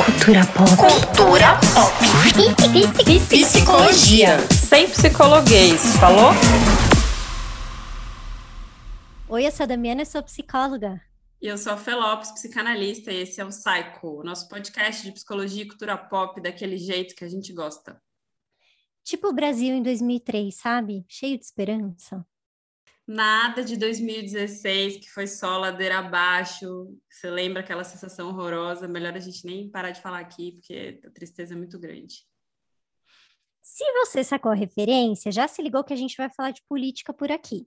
Cultura pop. Cultura pop. Psicologia. Sem psicologuês, falou? Oi, eu sou a Damiana, eu sou psicóloga. E eu sou a Fê Lopes, psicanalista, e esse é o Psycho, o nosso podcast de psicologia e cultura pop daquele jeito que a gente gosta. Tipo o Brasil em 2003, sabe? Cheio de esperança. Nada de 2016, que foi só ladeira abaixo. Você lembra aquela sensação horrorosa? Melhor a gente nem parar de falar aqui, porque a tristeza é muito grande. Se você sacou a referência, já se ligou que a gente vai falar de política por aqui.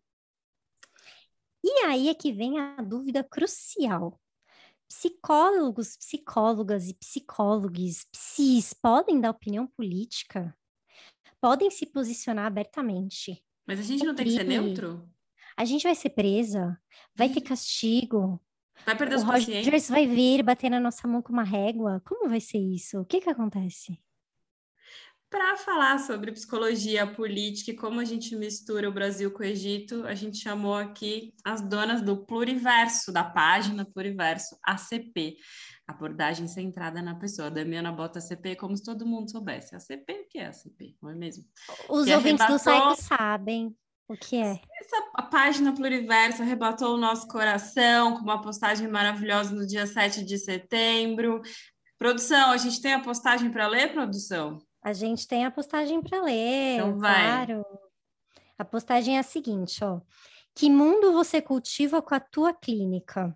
E aí é que vem a dúvida crucial. Psicólogos, psicólogas e psicólogos, psis, podem dar opinião política? Podem se posicionar abertamente? Mas a gente não tem que ser neutro? A gente vai ser presa? Vai ter castigo? Vai perder O os pacientes? Rogers vai vir bater na nossa mão com uma régua? Como vai ser isso? O que acontece? Para falar sobre psicologia política e como a gente mistura o Brasil com o Egito, a gente chamou aqui as donas do Pluriverso, da página Pluriverso, ACP, abordagem centrada na pessoa. A Damiana bota ACP como se todo mundo soubesse. ACP, o que é ACP? Não é mesmo? Os Que ouvintes do arrebatou... Psycho sabem o que é. A página Pluriverso arrebatou o nosso coração com uma postagem maravilhosa no dia 7 de setembro. Produção, a gente tem a postagem para ler, produção? A gente tem a postagem para ler, então vai. Claro. A postagem é a seguinte, ó. Que mundo você cultiva com a tua clínica?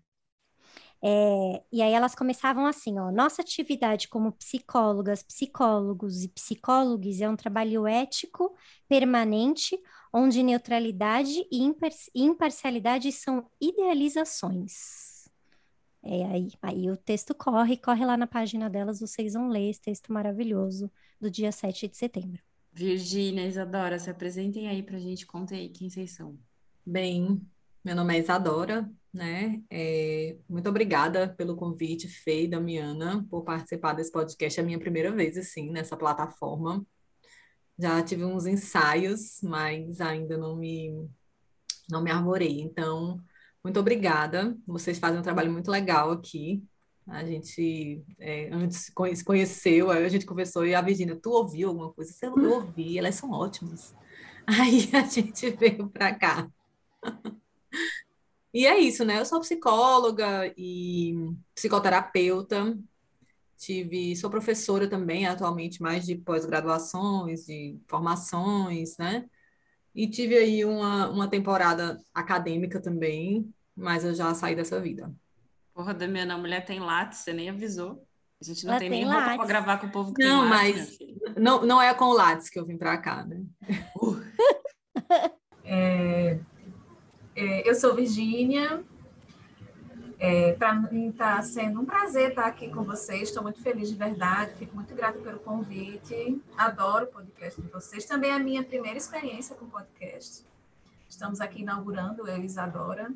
E aí elas começavam assim, ó. Nossa atividade como psicólogas, psicólogos e psicólogos é um trabalho ético, permanente, onde neutralidade e imparcialidade são idealizações. Aí o texto corre lá na página delas, vocês vão ler esse texto maravilhoso do dia 7 de setembro. Virgínia, Isadora, se apresentem aí pra gente, contem aí quem vocês são. Bem, meu nome é Isadora, né? Muito obrigada pelo convite, Fê e Damiana, por participar desse podcast. É a minha primeira vez, assim, nessa plataforma. Já tive uns ensaios, mas ainda não me arvorei. Então, muito obrigada. Vocês fazem um trabalho muito legal aqui. A gente antes se conheceu, aí a gente conversou e a Virgínia, tu ouviu alguma coisa? Eu ouvi, elas são ótimas. Aí a gente veio para cá. E é isso, né? Eu sou psicóloga e psicoterapeuta. Sou professora também, atualmente, mais de pós-graduações, de formações, né? E tive aí uma temporada acadêmica também, mas eu já saí dessa vida. Porra, Damiana, a mulher tem Lattes, você nem avisou. A gente não Ela tem tem nem roupa Lattes. para gravar com o povo que Não, tem Lattes, mas não é com o Lattes que eu vim para cá, né? Eu sou Virgínia. Para mim está sendo um prazer estar aqui com vocês. Estou muito feliz de verdade. Fico muito grata pelo convite. Adoro o podcast de vocês. Também é a minha primeira experiência com podcast. Estamos aqui inaugurando, eu e Isadora.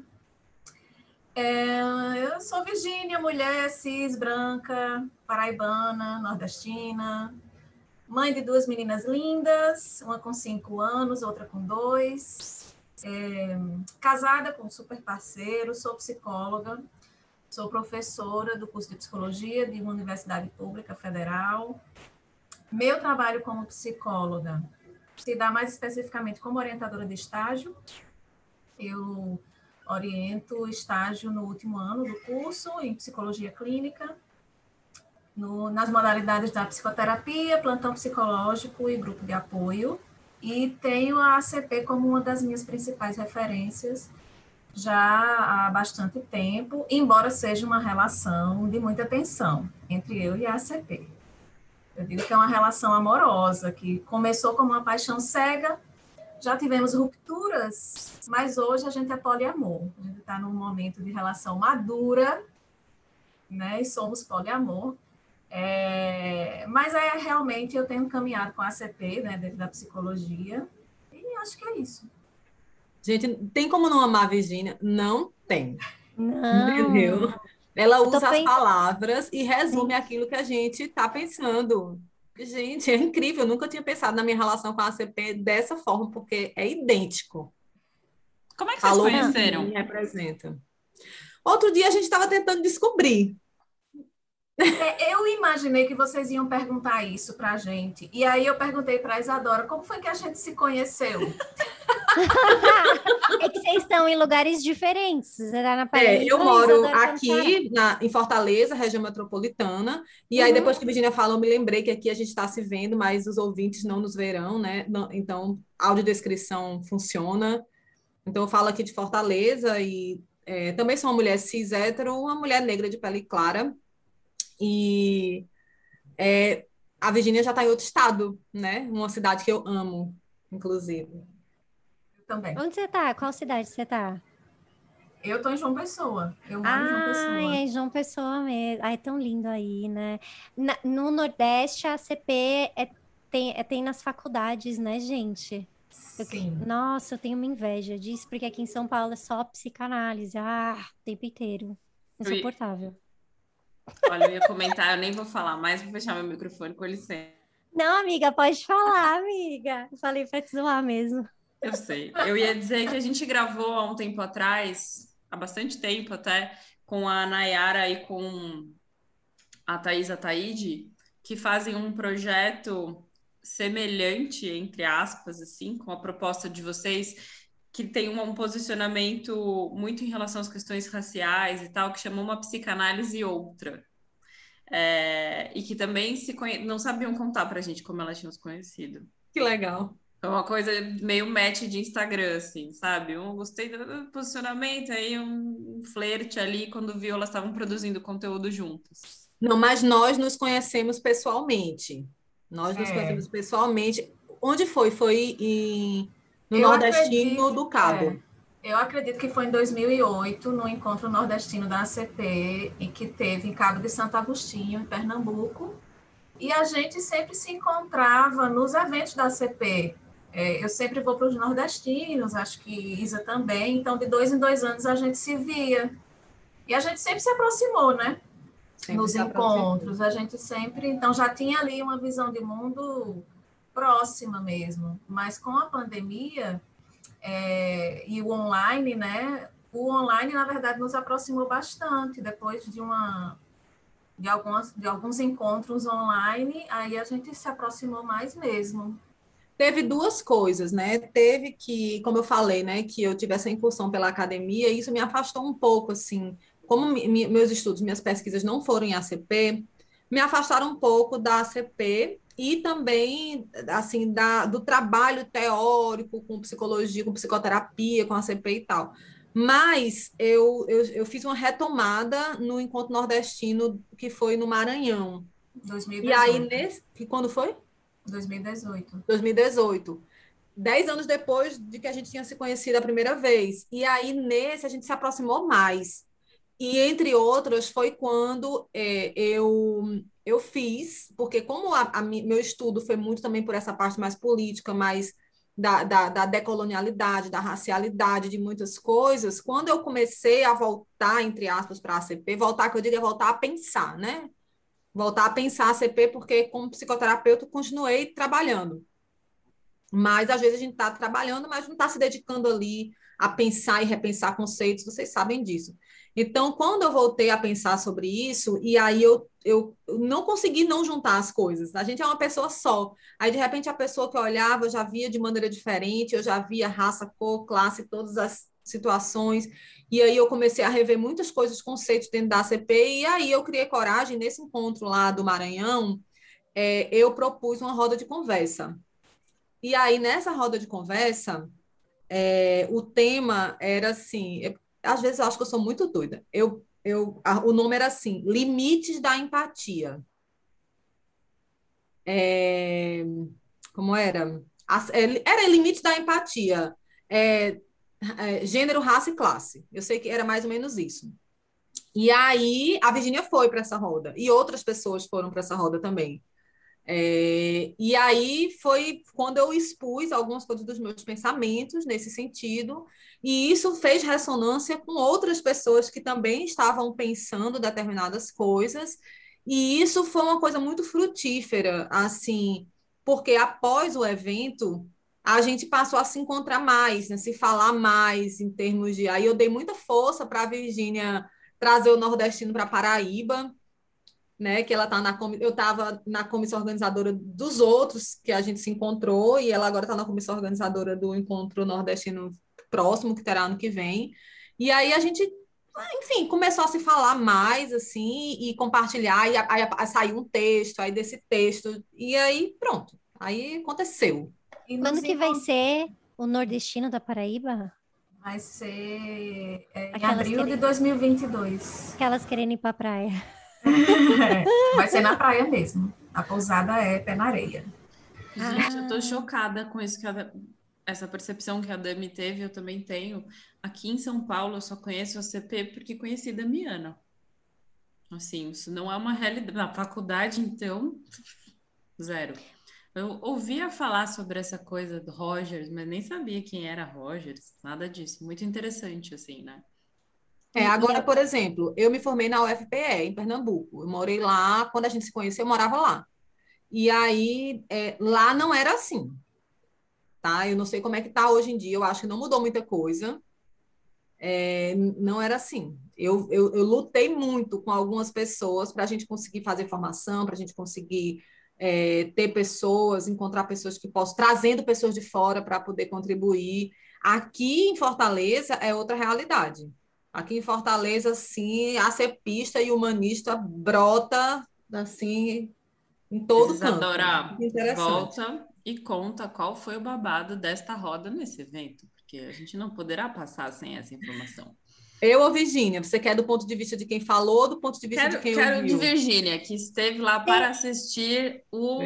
Eu sou Virgínia, mulher cis, branca, paraibana, nordestina, mãe de 2 meninas lindas, uma com 5 anos, outra com 2. Casada com um super parceiro, sou psicóloga, sou professora do curso de psicologia de uma universidade pública federal. Meu trabalho como psicóloga se dá mais especificamente como orientadora de estágio. Eu oriento estágio no último ano do curso em psicologia clínica, nas modalidades da psicoterapia, plantão psicológico e grupo de apoio. E tenho a ACP como uma das minhas principais referências já há bastante tempo, embora seja uma relação de muita tensão entre eu e a ACP. Eu digo que é uma relação amorosa, que começou como uma paixão cega, já tivemos rupturas, mas hoje a gente é poliamor. A gente está num momento de relação madura, né, e somos poliamor. Mas realmente eu tenho caminhado com a ACP, né, dentro da psicologia, e acho que é isso. Gente, tem como não amar a Virgínia? Não tem. Não. Entendeu? Ela usa as palavras e resume aquilo que a gente está pensando. Gente, é incrível. Eu nunca tinha pensado na minha relação com a ACP dessa forma, porque é idêntico. Como é que vocês conheceram? Me representa. Outro dia a gente estava tentando descobrir. Eu imaginei que vocês iam perguntar isso para a gente. E aí eu perguntei para a Isadora, como foi que a gente se conheceu? É que vocês estão em lugares diferentes. Você tá na Paraíba, Eu moro Isadora tá no Ceará. aqui em Fortaleza, região metropolitana, e aí depois que a Virginia falou, eu me lembrei que aqui a gente está se vendo, mas os ouvintes não nos verão, né? Então, audiodescrição funciona. Então, eu falo aqui de Fortaleza e também sou uma mulher cis hétero, uma mulher negra de pele clara, e a Virginia já está em outro estado, né? Uma cidade que eu amo, inclusive. Eu também. Onde você tá? Qual cidade você tá? Eu estou em João Pessoa. Eu moro em João Pessoa. É em João Pessoa mesmo. Ai, é tão lindo aí, né? No Nordeste, a CP tem nas faculdades, né, gente? Sim. Nossa, eu tenho uma inveja disso, porque aqui em São Paulo é só psicanálise. O tempo inteiro. Insuportável. Olha, eu ia comentar, eu nem vou falar mais, vou fechar meu microfone, com licença. Não, amiga, pode falar, amiga. Eu falei pra te zoar mesmo. Eu sei. Eu ia dizer que a gente gravou há um tempo atrás, há bastante tempo até, com a Nayara e com a Thaís Ataíde, que fazem um projeto semelhante, entre aspas, assim, com a proposta de vocês, que tem um posicionamento muito em relação às questões raciais e tal, que chama Uma Psicanálise Outra. E que também não sabiam contar pra gente como elas tinham se conhecido. Que legal. Foi uma coisa meio match de Instagram, assim, sabe? Eu gostei do posicionamento, aí um flerte ali, quando viu, elas estavam produzindo conteúdo juntas. Não, mas nós nos conhecemos pessoalmente. Nós nos conhecemos pessoalmente. Onde foi? Foi no Nordestino do Cabo. Eu acredito que foi em 2008, no encontro nordestino da ACP, e que teve em Cabo de Santo Agostinho, em Pernambuco. E a gente sempre se encontrava nos eventos da ACP. Eu sempre vou para os nordestinos, acho que Isa também. Então, de 2 em 2 anos, a gente se via. E a gente sempre se aproximou, né? Nos encontros. A gente sempre... Então, já tinha ali uma visão de mundo próxima mesmo. Mas com a pandemia... e o online, né? O online, na verdade, nos aproximou bastante. Depois de alguns encontros online, aí a gente se aproximou mais mesmo. Teve duas coisas, né? Teve que, como eu falei, né, que eu tive essa incursão pela academia, e isso me afastou um pouco, assim, como meus estudos, minhas pesquisas não foram em ACP, me afastaram um pouco da ACP e também, assim, do trabalho teórico com psicologia, com psicoterapia, com ACP e tal. Mas eu fiz uma retomada no Encontro Nordestino, que foi no Maranhão. 2018. E aí, quando foi? 2018. 2018. 10 anos depois de que a gente tinha se conhecido a primeira vez. E aí, nesse, a gente se aproximou mais. E, entre outras, foi quando eu fiz, porque como meu estudo foi muito também por essa parte mais política, mais da decolonialidade, da racialidade, de muitas coisas, quando eu comecei a voltar, entre aspas, para a ACP, voltar, que eu digo, é voltar a pensar, né? Voltar a pensar a ACP, porque como psicoterapeuta eu continuei trabalhando. Mas às vezes a gente está trabalhando, mas não está se dedicando ali a pensar e repensar conceitos, vocês sabem disso. Então, quando eu voltei a pensar sobre isso, e aí eu não consegui não juntar as coisas. A gente é uma pessoa só. Aí, de repente, a pessoa que eu olhava, eu já via de maneira diferente, eu já via raça, cor, classe, todas as situações. E aí eu comecei a rever muitas coisas, conceitos dentro da ACP, e aí eu criei coragem, nesse encontro lá do Maranhão, eu propus uma roda de conversa. E aí, nessa roda de conversa, o tema era assim, às vezes eu acho que eu sou muito doida. O nome era assim, Limites da Empatia. Como era? Era Limites da Empatia. Gênero, raça e classe. Eu sei que era mais ou menos isso. E aí, a Virginia foi para essa roda. E outras pessoas foram para essa roda também. E aí foi quando eu expus algumas coisas dos meus pensamentos nesse sentido, e isso fez ressonância com outras pessoas que também estavam pensando determinadas coisas, e isso foi uma coisa muito frutífera, assim, porque após o evento a gente passou a se encontrar mais, né, se falar mais em termos de. Aí eu dei muita força para a Virgínia trazer o nordestino para Paraíba. né? Que ela tá eu estava na comissão organizadora dos outros que a gente se encontrou, e ela agora está na comissão organizadora do encontro nordestino próximo, que terá ano que vem. E aí a gente, enfim, começou a se falar mais, assim, e compartilhar, e aí saiu um texto, aí desse texto, e aí pronto, aí aconteceu. E Quando que vai ser o nordestino da Paraíba? Vai ser em Aquelas abril de querem- 2022. Aquelas querendo ir pra praia. Vai ser na praia mesmo. A pousada é pé na areia. Gente, eu tô chocada com isso essa percepção que a Dami teve, eu também tenho. Aqui em São Paulo, eu só conheço a CP porque conheci Damiana. Assim, isso não é uma realidade. Na faculdade, então, zero. Eu ouvia falar sobre essa coisa do Rogers, mas nem sabia quem era Rogers, nada disso. Muito interessante, assim, né? Agora, por exemplo, eu me formei na UFPE, em Pernambuco. Eu morei lá, quando a gente se conheceu, eu morava lá. E aí, lá não era assim, tá? Eu não sei como é que tá hoje em dia, eu acho que não mudou muita coisa. Não era assim. Eu lutei muito com algumas pessoas para a gente conseguir fazer formação, para a gente conseguir ter pessoas, encontrar pessoas que possam, trazendo pessoas de fora para poder contribuir. Aqui em Fortaleza é outra realidade. Aqui em Fortaleza, sim, a cepista e humanista brota assim em todo canto. Isadora, Interessante. volta e conta qual foi o babado desta roda nesse evento, porque a gente não poderá passar sem essa informação. Eu ou Virgínia, você quer do ponto de vista de quem falou ou do ponto de vista de quem Quero de ouviu? Virgínia, que esteve lá para assistir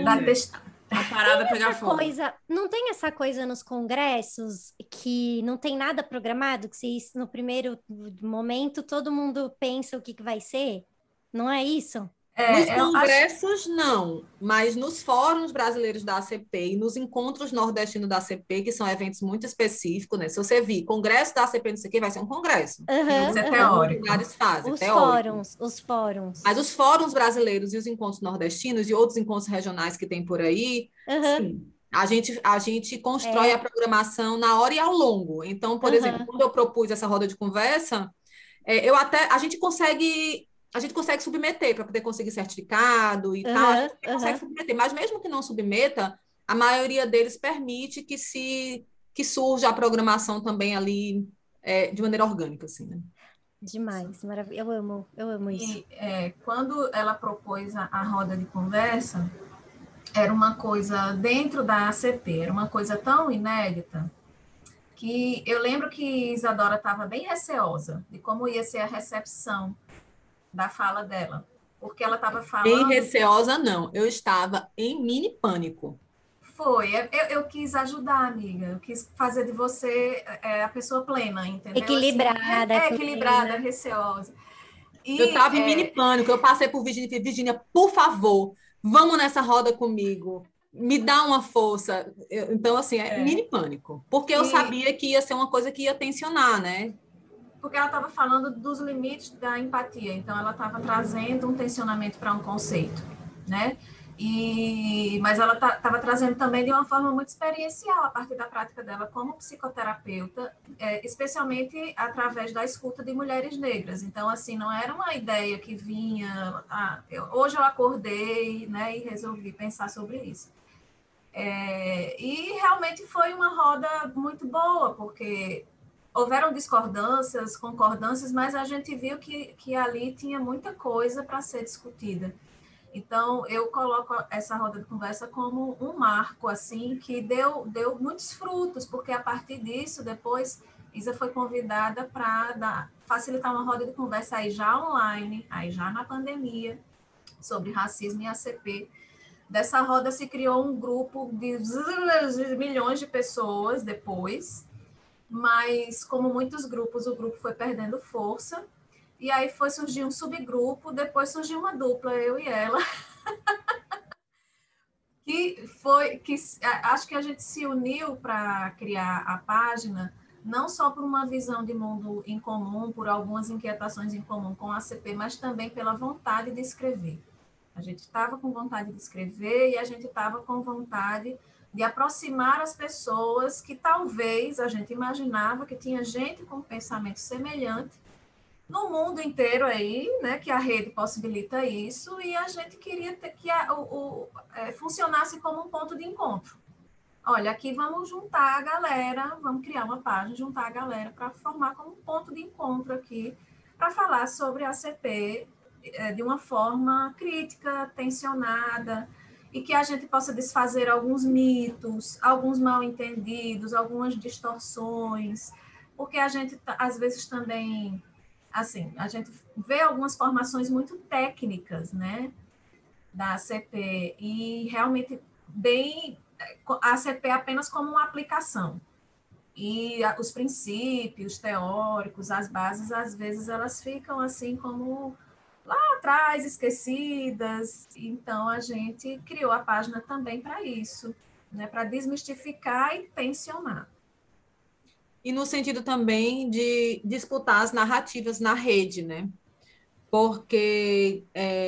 a parada pegar Essa fogo. coisa, não tem essa coisa nos congressos que não tem nada programado, que no primeiro momento todo mundo pensa o que vai ser? Não é isso? Nos Eu acho. congressos, não, mas nos fóruns brasileiros da ACP e nos encontros nordestinos da ACP, que são eventos muito específicos, né? Se você vir congresso da ACP, não sei o que, vai ser um congresso. Isso é Alguns teórico. lugares fazem, Os teórico. fóruns. Mas os fóruns brasileiros e os encontros nordestinos e outros encontros regionais que tem por aí, sim. A gente constrói a programação na hora e ao longo. Então, por exemplo, quando eu propus essa roda de conversa, a gente consegue submeter para poder conseguir certificado e tal, a gente consegue submeter, mas mesmo que não submeta, a maioria deles permite que surja a programação também ali de maneira orgânica, assim, né? Demais, maravilha. Eu amo isso. E quando ela propôs a roda de conversa, era uma coisa dentro da ACP, era uma coisa tão inédita que eu lembro que Isadora estava bem receosa de como ia ser a recepção da fala dela, porque ela estava falando... Bem receosa, não. Eu estava em mini pânico. Eu quis ajudar, amiga. Eu quis fazer de você a pessoa plena, entendeu? Equilibrada. Assim, equilibrada, receosa. Eu estava em mini pânico. Eu passei por Virgínia e falei, Virgínia, por favor, vamos nessa roda comigo. Me dá uma força. Então, assim, mini pânico. Porque eu sabia que ia ser uma coisa que ia tensionar, né? Porque ela estava falando dos limites da empatia. Então, ela estava trazendo um tensionamento para um conceito, né? Mas ela estava trazendo também de uma forma muito experiencial, a partir da prática dela como psicoterapeuta, especialmente através da escuta de mulheres negras. Então, assim, não era uma ideia que vinha... hoje eu acordei, né, e resolvi pensar sobre isso. E realmente foi uma roda muito boa, porque houveram discordâncias, concordâncias, mas a gente viu que ali tinha muita coisa para ser discutida. Então, eu coloco essa roda de conversa como um marco, assim, que deu muitos frutos, porque a partir disso, depois, Isa foi convidada para facilitar uma roda de conversa aí já online, aí já na pandemia, sobre racismo e ACP. Dessa roda se criou um grupo de milhões de pessoas depois, mas como muitos grupos, o grupo foi perdendo força, e aí foi surgir um subgrupo, depois surgiu uma dupla, eu e ela, acho que a gente se uniu para criar a página, não só por uma visão de mundo em comum, por algumas inquietações em comum com a ACP, mas também pela vontade de escrever. A gente estava com vontade de escrever e a gente estava com vontade de aproximar as pessoas que talvez a gente imaginava que tinha gente com pensamento semelhante, no mundo inteiro aí, né, que a rede possibilita isso, e a gente queria que funcionasse como um ponto de encontro. Olha, aqui vamos juntar a galera, vamos criar uma página, juntar a galera para formar como um ponto de encontro aqui, para falar sobre a ACP de uma forma crítica, tensionada, e que a gente possa desfazer alguns mitos, alguns mal-entendidos, algumas distorções, porque a gente, às vezes, também, assim, a gente vê algumas formações muito técnicas, né, da ACP, e realmente bem a ACP apenas como uma aplicação. E os princípios teóricos, as bases, às vezes elas ficam assim como lá atrás, esquecidas. Então, a gente criou a página também para isso, né? Para desmistificar e tensionar. E no sentido também de disputar as narrativas na rede, né? Porque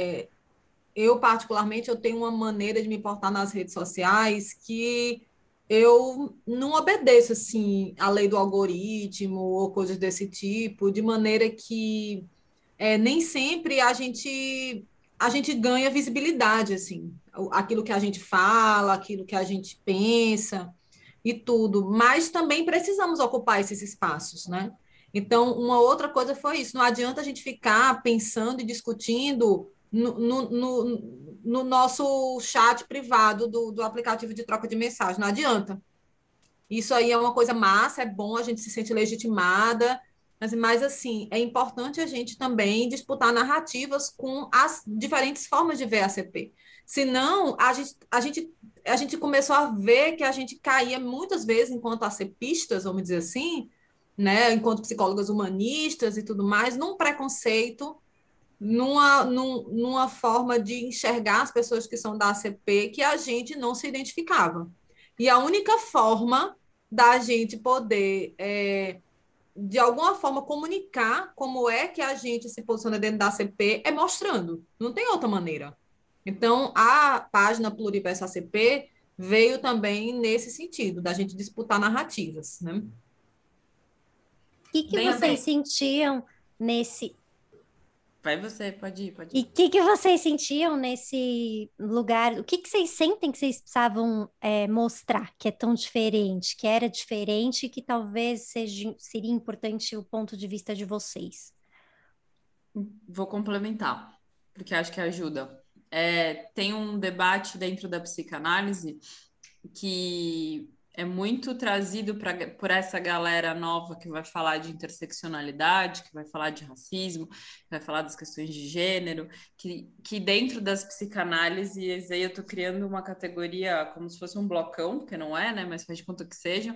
eu, particularmente, eu tenho uma maneira de me portar nas redes sociais que eu não obedeço, assim, a lei do algoritmo ou coisas desse tipo, de maneira que nem sempre a gente ganha visibilidade, assim, aquilo que a gente fala, aquilo que a gente pensa e tudo, mas também precisamos ocupar esses espaços, né? Então, uma outra coisa foi isso, não adianta a gente ficar pensando e discutindo no nosso chat privado do aplicativo de troca de mensagem, não adianta. Isso aí é uma coisa massa, é bom, a gente se sente legitimada, mas assim, é importante a gente também disputar narrativas com as diferentes formas de ver a CP. Senão, a gente começou a ver que a gente caía muitas vezes enquanto ACPistas, vamos dizer assim, né, enquanto psicólogas humanistas e tudo mais, num preconceito, numa forma de enxergar as pessoas que são da ACP que a gente não se identificava. E a única forma da gente poder, de alguma forma, comunicar como é que a gente se posiciona dentro da ACP é mostrando. Não tem outra maneira. Então, a página Pluriverso ACP veio também nesse sentido, da gente disputar narrativas, né? O que Bem, vocês sentiam nesse... Vai você, pode ir, pode E ir. o que vocês sentiam nesse lugar? O que vocês sentem que vocês precisavam mostrar que é tão diferente, que era diferente e que talvez seria importante o ponto de vista de vocês? Vou complementar, porque acho que ajuda. Tem um debate dentro da psicanálise que é muito trazido por essa galera nova que vai falar de interseccionalidade, que vai falar de racismo, que vai falar das questões de gênero, que dentro das psicanálises, aí eu estou criando uma categoria como se fosse um blocão, que não é, né, mas faz de conta que seja,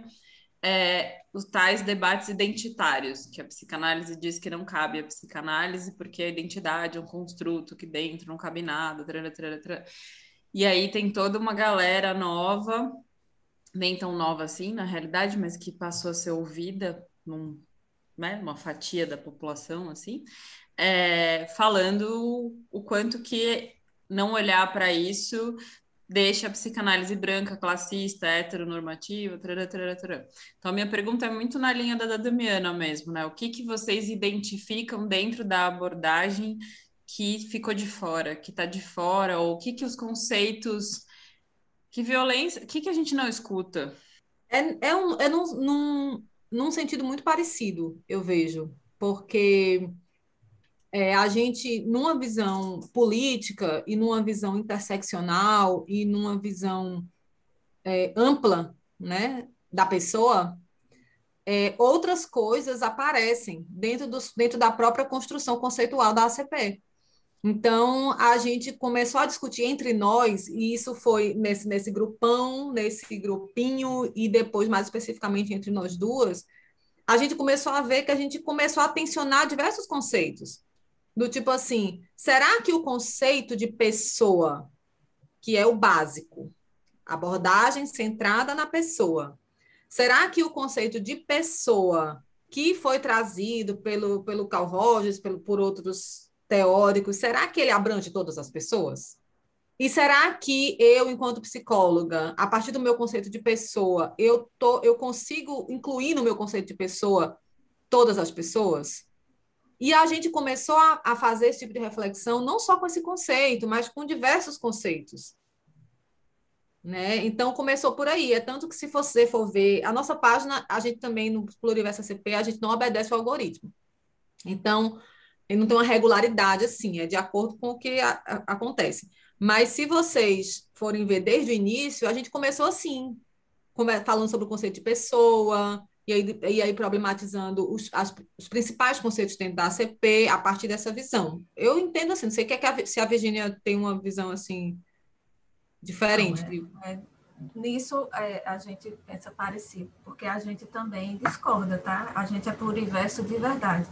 os tais debates identitários, que a psicanálise diz que não cabe a psicanálise porque a identidade é um construto que dentro não cabe nada, trará, trará, trará. E aí tem toda uma galera nova, nem tão nova assim, na realidade, mas que passou a ser ouvida né, uma fatia da população, assim, falando o quanto que não olhar para isso deixa a psicanálise branca, classista, heteronormativa, tarará, tarará, tarará. Então, a minha pergunta é muito na linha da Damiana mesmo, né? O que vocês identificam dentro da abordagem que ficou de fora, que está de fora, ou o que os conceitos, que violência, o que a gente não escuta? É num sentido muito parecido, eu vejo, porque a gente, numa visão política e numa visão interseccional e numa visão ampla, né, da pessoa, outras coisas aparecem dentro da própria construção conceitual da ACP. Então, a gente começou a discutir entre nós, e isso foi nesse grupão, nesse grupinho, e depois, mais especificamente, entre nós duas, a gente começou a ver que a gente começou a tensionar diversos conceitos. Do tipo assim, será que o conceito de pessoa, que é o básico, abordagem centrada na pessoa, será que o conceito de pessoa que foi trazido pelo Carl Rogers, por outros teóricos, será que ele abrange todas as pessoas? E será que eu, enquanto psicóloga, a partir do meu conceito de pessoa, eu consigo incluir no meu conceito de pessoa todas as pessoas? E a gente começou a fazer esse tipo de reflexão, não só com esse conceito, mas com diversos conceitos, né? Então começou por aí. É tanto que se você for ver a nossa página, a gente também no Pluriverso ACP, a gente não obedece ao algoritmo. Então, ele não tem uma regularidade assim, é de acordo com o que acontece. Mas se vocês forem ver desde o início, a gente começou assim, falando sobre o conceito de pessoa, e aí problematizando os principais conceitos dentro da ACP a partir dessa visão. Eu entendo assim, não sei se a Virgínia tem uma visão assim Não, diferente. nisso a gente pensa parecido, porque a gente também discorda, tá? A gente é pluriverso de verdade.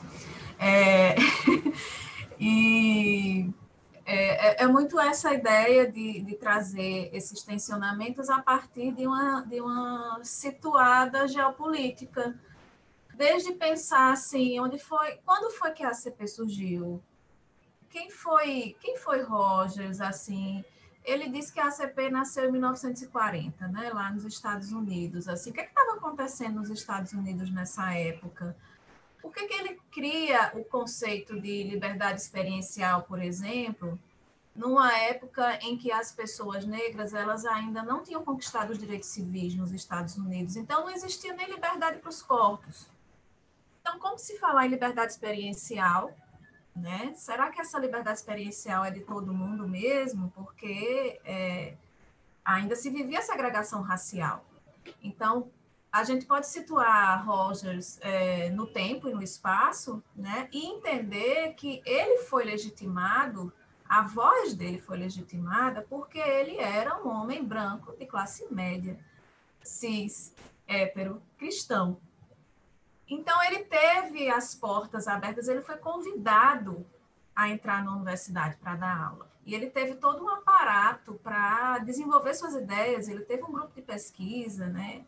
E é muito essa ideia de trazer esses tensionamentos a partir de uma situada geopolítica. Desde pensar assim, quando foi que a ACP surgiu? Quem foi Rogers, assim? Ele disse que a ACP nasceu em 1940, né, lá nos Estados Unidos. Assim, o que estava acontecendo nos Estados Unidos nessa época? Por que ele cria o conceito de liberdade experiencial, por exemplo, numa época em que as pessoas negras elas ainda não tinham conquistado os direitos civis nos Estados Unidos? Então, não existia nem liberdade para os corpos. Então, como se falar em liberdade experiencial, né? Será que essa liberdade experiencial é de todo mundo mesmo? Porque ainda se vivia segregação racial. Então, a gente pode situar Rogers no tempo e no espaço, né? E entender que ele foi legitimado, a voz dele foi legitimada porque ele era um homem branco de classe média, cis, hétero, cristão. Então, ele teve as portas abertas, ele foi convidado a entrar na universidade para dar aula. E ele teve todo um aparato para desenvolver suas ideias, ele teve um grupo de pesquisa, né?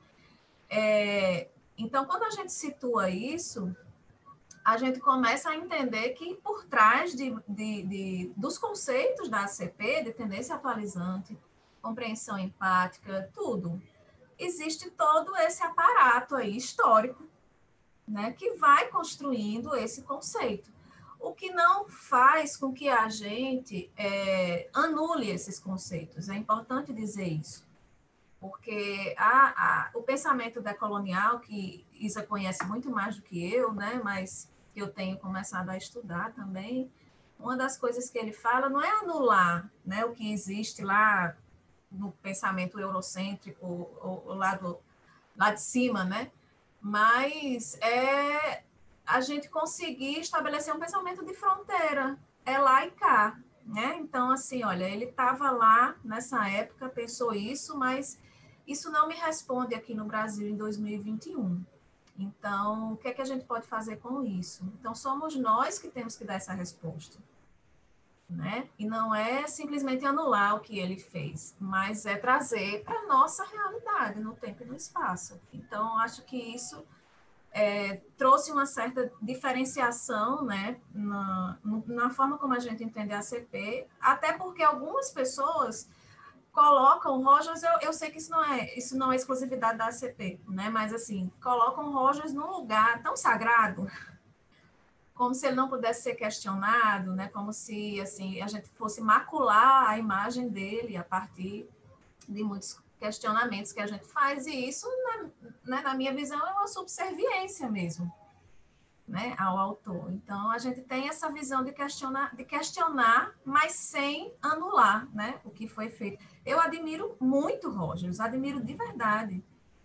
Então, quando a gente situa isso, a gente começa a entender que por trás dos conceitos da ACP, de tendência atualizante, compreensão empática, tudo, existe todo esse aparato aí histórico, né, que vai construindo esse conceito. O que não faz com que a gente anule esses conceitos. É importante dizer isso. Porque o pensamento decolonial, que Isa conhece muito mais do que eu, né, mas que eu tenho começado a estudar também, uma das coisas que ele fala não é anular, né, o que existe lá no pensamento eurocêntrico, ou lá de cima, né, mas a gente conseguir estabelecer um pensamento de fronteira, lá e cá, né? Então, assim, olha, ele estava lá nessa época, pensou isso, mas isso não me responde aqui no Brasil em 2021. Então, o que é que a gente pode fazer com isso? Então, somos nós que temos que dar essa resposta, né? E não é simplesmente anular o que ele fez, mas é trazer para a nossa realidade, no tempo e no espaço. Então, acho que isso trouxe uma certa diferenciação, né, na forma como a gente entende a ACP, até porque algumas pessoas colocam Rogers, eu sei que isso não é exclusividade da ACP, né, mas assim, colocam Rogers num lugar tão sagrado, como se ele não pudesse ser questionado, né, como se assim, a gente fosse macular a imagem dele a partir de muitos questionamentos que a gente faz, e isso, na minha visão, é uma subserviência mesmo, né, ao autor. Então, a gente tem essa visão de questionar, mas sem anular, né, o que foi feito. Eu admiro muito Rogers, admiro de verdade,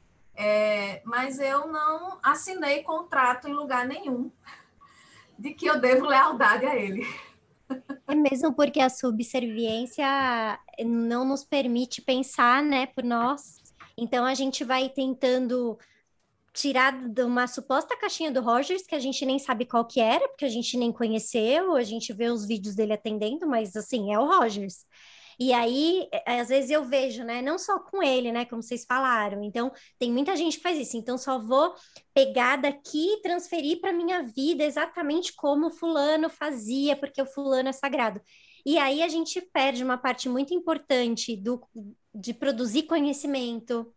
mas eu não assinei contrato em lugar nenhum de que eu devo lealdade a ele. É mesmo porque a subserviência não nos permite pensar, né, por nós. Então a gente vai tentando tirar de uma suposta caixinha do Rogers, que a gente nem sabe qual que era, porque a gente nem conheceu, a gente vê os vídeos dele atendendo, mas assim, é o Rogers. E aí, às vezes eu vejo, né? Não só com ele, né? Como vocês falaram. Então, tem muita gente que faz isso. Então, só vou pegar daqui e transferir para minha vida exatamente como o fulano fazia, porque o fulano é sagrado. E aí a gente perde uma parte muito importante de produzir conhecimento,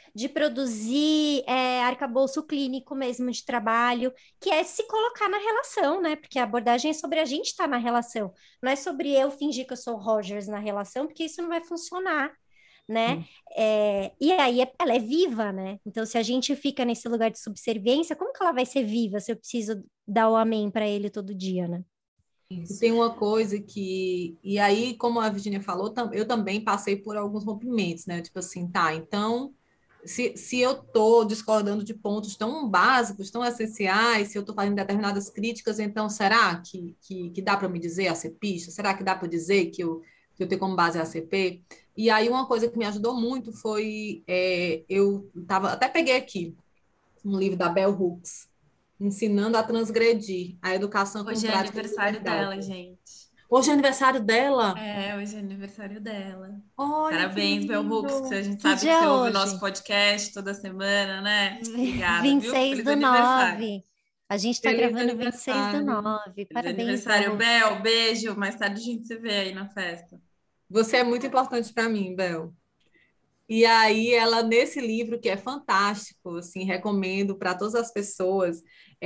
de produzir arcabouço clínico mesmo de trabalho, que é se colocar na relação, né? Porque a abordagem é sobre a gente estar na relação, não é sobre eu fingir que eu sou o Rogers na relação, porque isso não vai funcionar, né? E aí ela é viva, né? Então, se a gente fica nesse lugar de subserviência, como que ela vai ser viva se eu preciso dar o amém para ele todo dia, né? E tem uma coisa que... E aí, como a Virginia falou, eu também passei por alguns rompimentos, né? Tipo assim, tá, então, se eu estou discordando de pontos tão básicos, tão essenciais, se eu estou fazendo determinadas críticas, então será que dá para me dizer ACPista? Será que dá para dizer que eu tenho como base a ACP? E aí, uma coisa que me ajudou muito foi... eu tava, até peguei aqui um livro da Bell Hooks, Ensinando a Transgredir, a educação como Hoje é prática de aniversário liberdade. dela, gente. Hoje é aniversário dela. Hoje é aniversário dela. Olha que Parabéns, Bell Hooks, que lindo. a gente Que sabe que dia você é ouve o nosso hoje? podcast toda semana, né? Obrigada, viu? 26 Feliz do aniversário. 9. A gente tá Feliz gravando 26 do aniversário. 9. Feliz Parabéns, aniversário, Bel. Bel. Beijo. Mais tarde a gente se vê aí na festa. Você é muito importante para mim, Bel. E aí, ela, nesse livro, que é fantástico, assim, recomendo para todas as pessoas,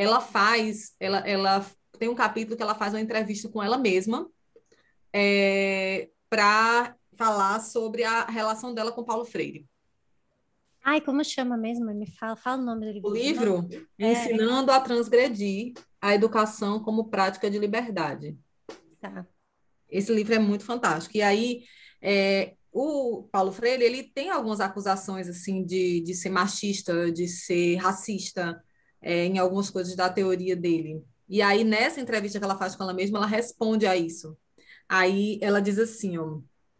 ela tem um capítulo que ela faz uma entrevista com ela mesma, para falar sobre a relação dela com Paulo Freire. Ai, como chama mesmo? Me fala o nome do O livro de novo. livro, Ensinando a Transgredir, a Educação como Prática de Liberdade. Tá. Esse livro é muito fantástico. E aí, o Paulo Freire, ele tem algumas acusações, assim, de ser machista, de ser racista, em algumas coisas da teoria dele. E aí, nessa entrevista que ela faz com ela mesma, ela responde a isso. Aí, ela diz assim, ó,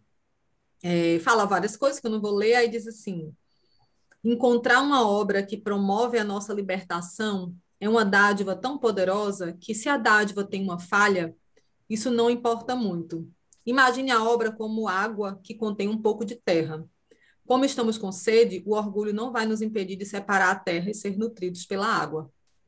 fala várias coisas que eu não vou ler, aí diz assim: encontrar uma obra que promove a nossa libertação é uma dádiva tão poderosa que, se a dádiva tem uma falha, isso não importa muito. Imagine a obra como água que contém um pouco de terra. Como estamos com sede, o orgulho não vai nos impedir de separar a terra e ser nutridos pela água.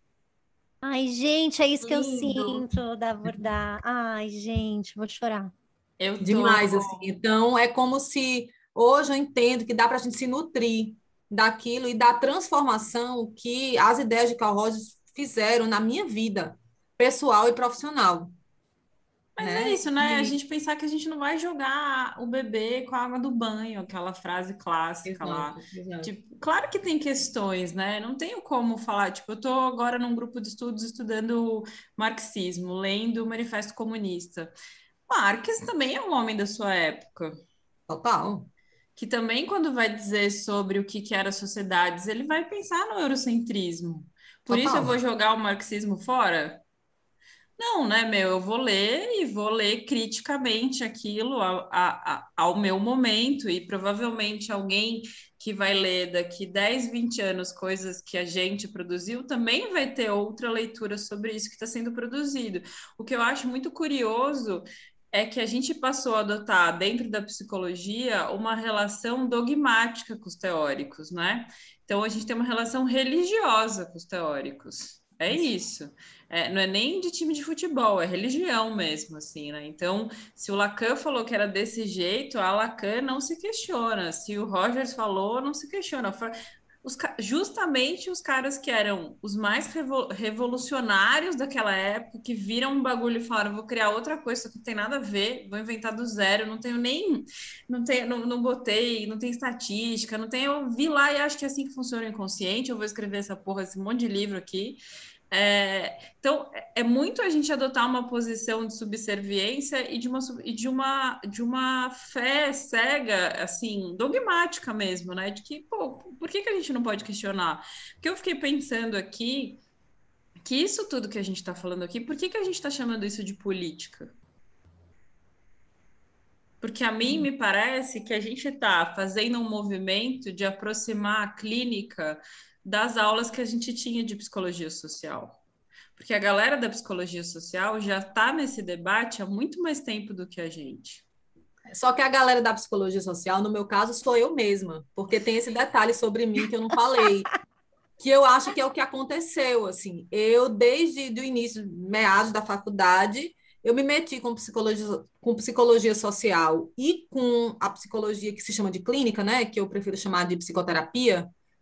Ai, gente, é isso que eu Lindo. sinto da abordar. Ai, gente, vou chorar. Eu tô. Demais, assim. Então, é como se hoje eu entendo que dá para a gente se nutrir daquilo e da transformação que as ideias de Carl Rogers fizeram na minha vida pessoal e profissional, Mas é né? isso, né? A gente pensar que a gente não vai jogar o bebê com a água do banho, aquela frase clássica lá. Exato, exato. Tipo, claro que tem questões, né? Não tenho como falar. Tipo, eu tô agora num grupo de estudos estudando marxismo, lendo o Manifesto Comunista. Marx também é um homem da sua época, Total. que também, quando vai dizer sobre o que era sociedades, ele vai pensar no eurocentrismo. Por isso eu Total. vou jogar o marxismo fora? Não, né, meu? Eu vou ler e vou ler criticamente aquilo ao meu momento, e provavelmente alguém que vai ler daqui 10, 20 anos coisas que a gente produziu também vai ter outra leitura sobre isso que está sendo produzido. O que eu acho muito curioso é que a gente passou a adotar, dentro da psicologia, uma relação dogmática com os teóricos, né? Então, a gente tem uma relação religiosa com os teóricos. É isso. Não é nem de time de futebol, é religião mesmo, assim, né? Então, se o Lacan falou que era desse jeito, a Lacan não se questiona. Se o Rogers falou, não se questiona. Justamente os caras que eram os mais revolucionários daquela época, que viram um bagulho e falaram: vou criar outra coisa, isso aqui não tem nada a ver, vou inventar do zero, não tenho nem. Não botei, não tem estatística, não tem. Eu vi lá e acho que é assim que funciona o inconsciente. Eu vou escrever essa porra, esse monte de livro aqui. Então, é muito a gente adotar uma posição de subserviência e de uma fé cega, assim, dogmática mesmo, né? De que, pô, por que a gente não pode questionar? Porque eu fiquei pensando aqui que isso tudo que a gente está falando aqui, por que a gente está chamando isso de política? Porque a mim me parece que a gente está fazendo um movimento de aproximar a clínica das aulas que a gente tinha de psicologia social. Porque a galera da psicologia social já está nesse debate há muito mais tempo do que a gente. Só que a galera da psicologia social, no meu caso, sou eu mesma, porque tem esse detalhe sobre mim que eu não falei, que eu acho que é o que aconteceu, assim. Eu, desde o início, meados da faculdade, eu me meti com psicologia social e com a psicologia que se chama de clínica, né, que eu prefiro chamar de psicoterapia,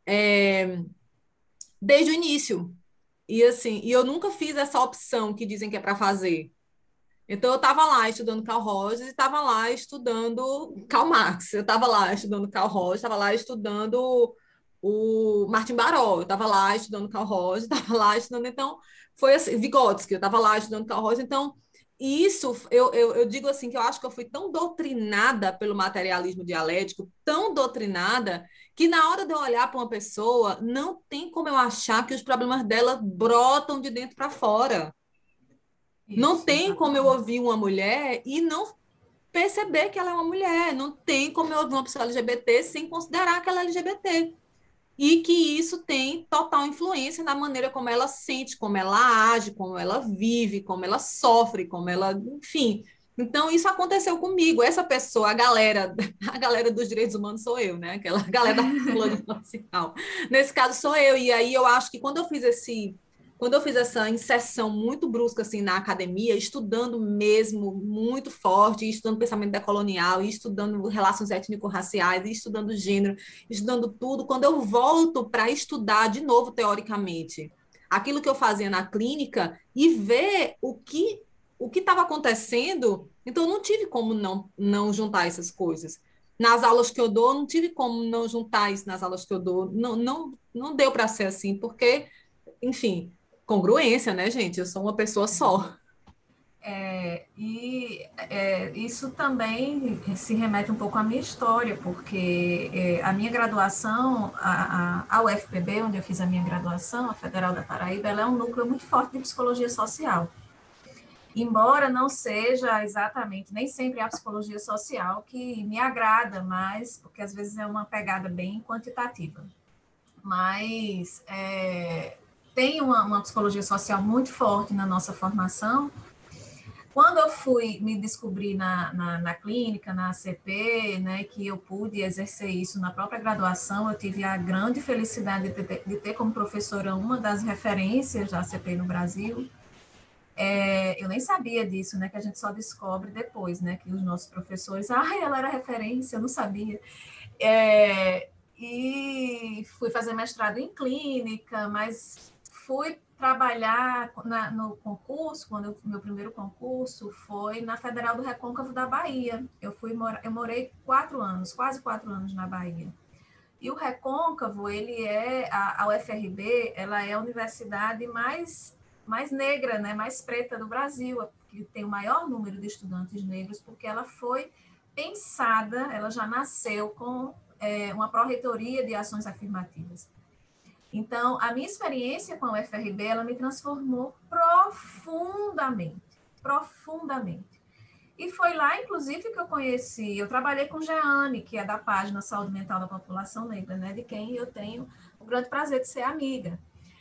desde o início. E assim, e eu nunca fiz essa opção que dizem que é para fazer. Então, eu estava lá estudando Carl Rogers e estava lá estudando Karl Marx. Eu estava lá estudando Carl Rogers, estava lá estudando o Martin Baró. Eu estava lá estudando Carl Rogers, estava lá estudando. Então, foi assim, Vygotsky, eu estava lá estudando Carl Rogers. Então, isso, eu digo assim, que eu acho que eu fui tão doutrinada pelo materialismo dialético, tão doutrinada, que na hora de eu olhar para uma pessoa, não tem como eu achar que os problemas dela brotam de dentro para fora. Não Isso, tem como eu exatamente. ouvir uma mulher e não perceber que ela é uma mulher. Não tem como eu ouvir uma pessoa LGBT sem considerar que ela é LGBT. E que isso tem total influência na maneira como ela sente, como ela age, como ela vive, como ela sofre, como ela, enfim. Então, isso aconteceu comigo. Essa pessoa, a galera dos direitos humanos sou eu, né? Aquela galera da psicologia social. Nesse caso, sou eu. E aí eu acho que quando eu fiz essa inserção muito brusca assim na academia, estudando mesmo muito forte, estudando pensamento decolonial, estudando relações étnico-raciais, estudando gênero, estudando tudo, quando eu volto para estudar de novo teoricamente aquilo que eu fazia na clínica e ver o que estava acontecendo, então eu não tive como não juntar essas coisas. Nas aulas que eu dou, não tive como não juntar isso nas aulas que eu dou. Não deu para ser assim, porque, enfim, congruência, né, gente? Eu sou uma pessoa só. Isso também se remete um pouco à minha história, porque a minha graduação, a UFPB, onde eu fiz a minha graduação, a Federal da Paraíba, ela é um núcleo muito forte de psicologia social. Embora não seja exatamente, nem sempre é a psicologia social que me agrada mais, porque às vezes é uma pegada bem quantitativa. Mas tem uma psicologia social muito forte na nossa formação. Quando eu fui me descobrir na clínica, na ACP, né, que eu pude exercer isso na própria graduação, eu tive a grande felicidade de ter como professora uma das referências da ACP no Brasil. Eu nem sabia disso, né, que a gente só descobre depois, né, que os nossos professores, ela era referência, eu não sabia. E fui fazer mestrado em clínica, mas fui trabalhar no concurso, meu primeiro concurso foi na Federal do Recôncavo da Bahia. Eu morei 4 anos, quase 4 anos na Bahia. E o Recôncavo, a UFRB, ela é a universidade mais negra, né, mais preta do Brasil, que tem o maior número de estudantes negros, porque ela foi pensada, ela já nasceu com uma pró-reitoria de ações afirmativas. Então, a minha experiência com a UFRB, ela me transformou profundamente, profundamente. E foi lá, inclusive, que eu trabalhei com Jeane, que é da página Saúde Mental da População Negra, né, de quem eu tenho o grande prazer de ser amiga.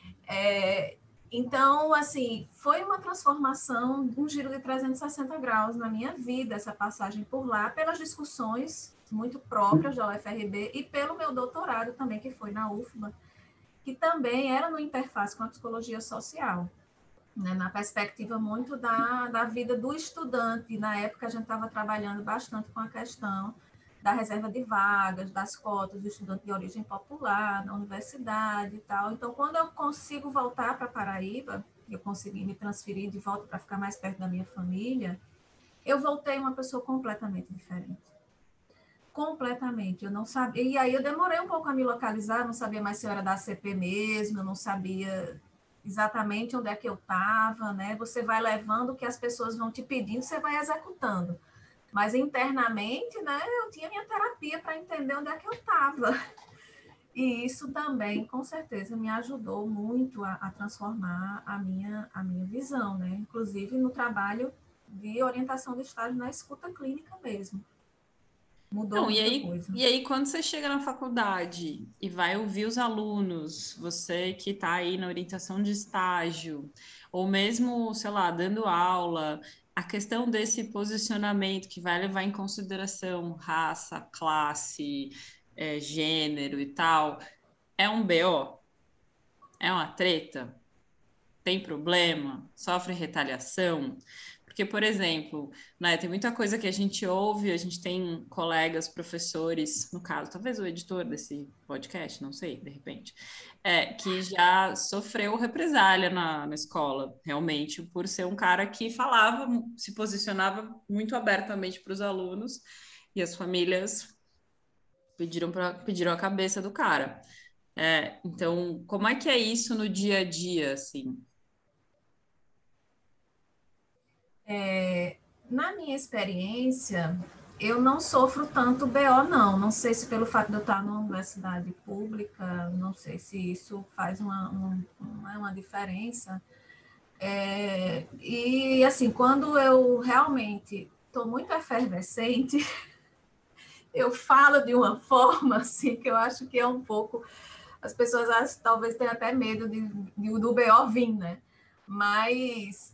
Então, assim, foi uma transformação, um giro de 360 graus na minha vida, essa passagem por lá, pelas discussões muito próprias da UFRB e pelo meu doutorado também, que foi na UFBA, que também era no interface com a psicologia social, né, na perspectiva muito da vida do estudante. Na época, a gente estava trabalhando bastante com a questão da reserva de vagas, das cotas do estudante de origem popular, da universidade e tal. Então, quando eu consigo voltar para Paraíba, eu consegui me transferir de volta para ficar mais perto da minha família, eu voltei uma pessoa completamente diferente. Completamente, eu não sabia. E aí eu demorei um pouco a me localizar, não sabia mais se eu era da ACP mesmo, eu não sabia exatamente onde é que eu estava, né? Você vai levando o que as pessoas vão te pedindo, você vai executando. Mas internamente, né, eu tinha minha terapia para entender onde é que eu estava. E isso também, com certeza, me ajudou muito a transformar a minha visão, né? Inclusive no trabalho de orientação de estágio na escuta clínica mesmo. Mudou Não, muita coisa. e aí, quando você chega na faculdade e vai ouvir os alunos, você que está aí na orientação de estágio, ou mesmo, sei lá, dando aula, a questão desse posicionamento que vai levar em consideração raça, classe, gênero e tal, é um BO? É uma treta? Tem problema? Sofre retaliação? Porque, por exemplo, né, tem muita coisa que a gente ouve, a gente tem colegas, professores, no caso, talvez o editor desse podcast, não sei, de repente, que já sofreu represália na escola, realmente, por ser um cara que falava, se posicionava muito abertamente para os alunos, e as famílias pediram a cabeça do cara. Então, como é que é isso no dia a dia, assim? Na minha experiência, eu não sofro tanto BO, não. Não sei se pelo fato de eu estar numa universidade pública, não sei se isso faz uma diferença. E, assim, quando eu realmente estou muito efervescente, eu falo de uma forma, assim, que eu acho que é um pouco... As pessoas talvez tenham até medo do BO vir, né? Mas...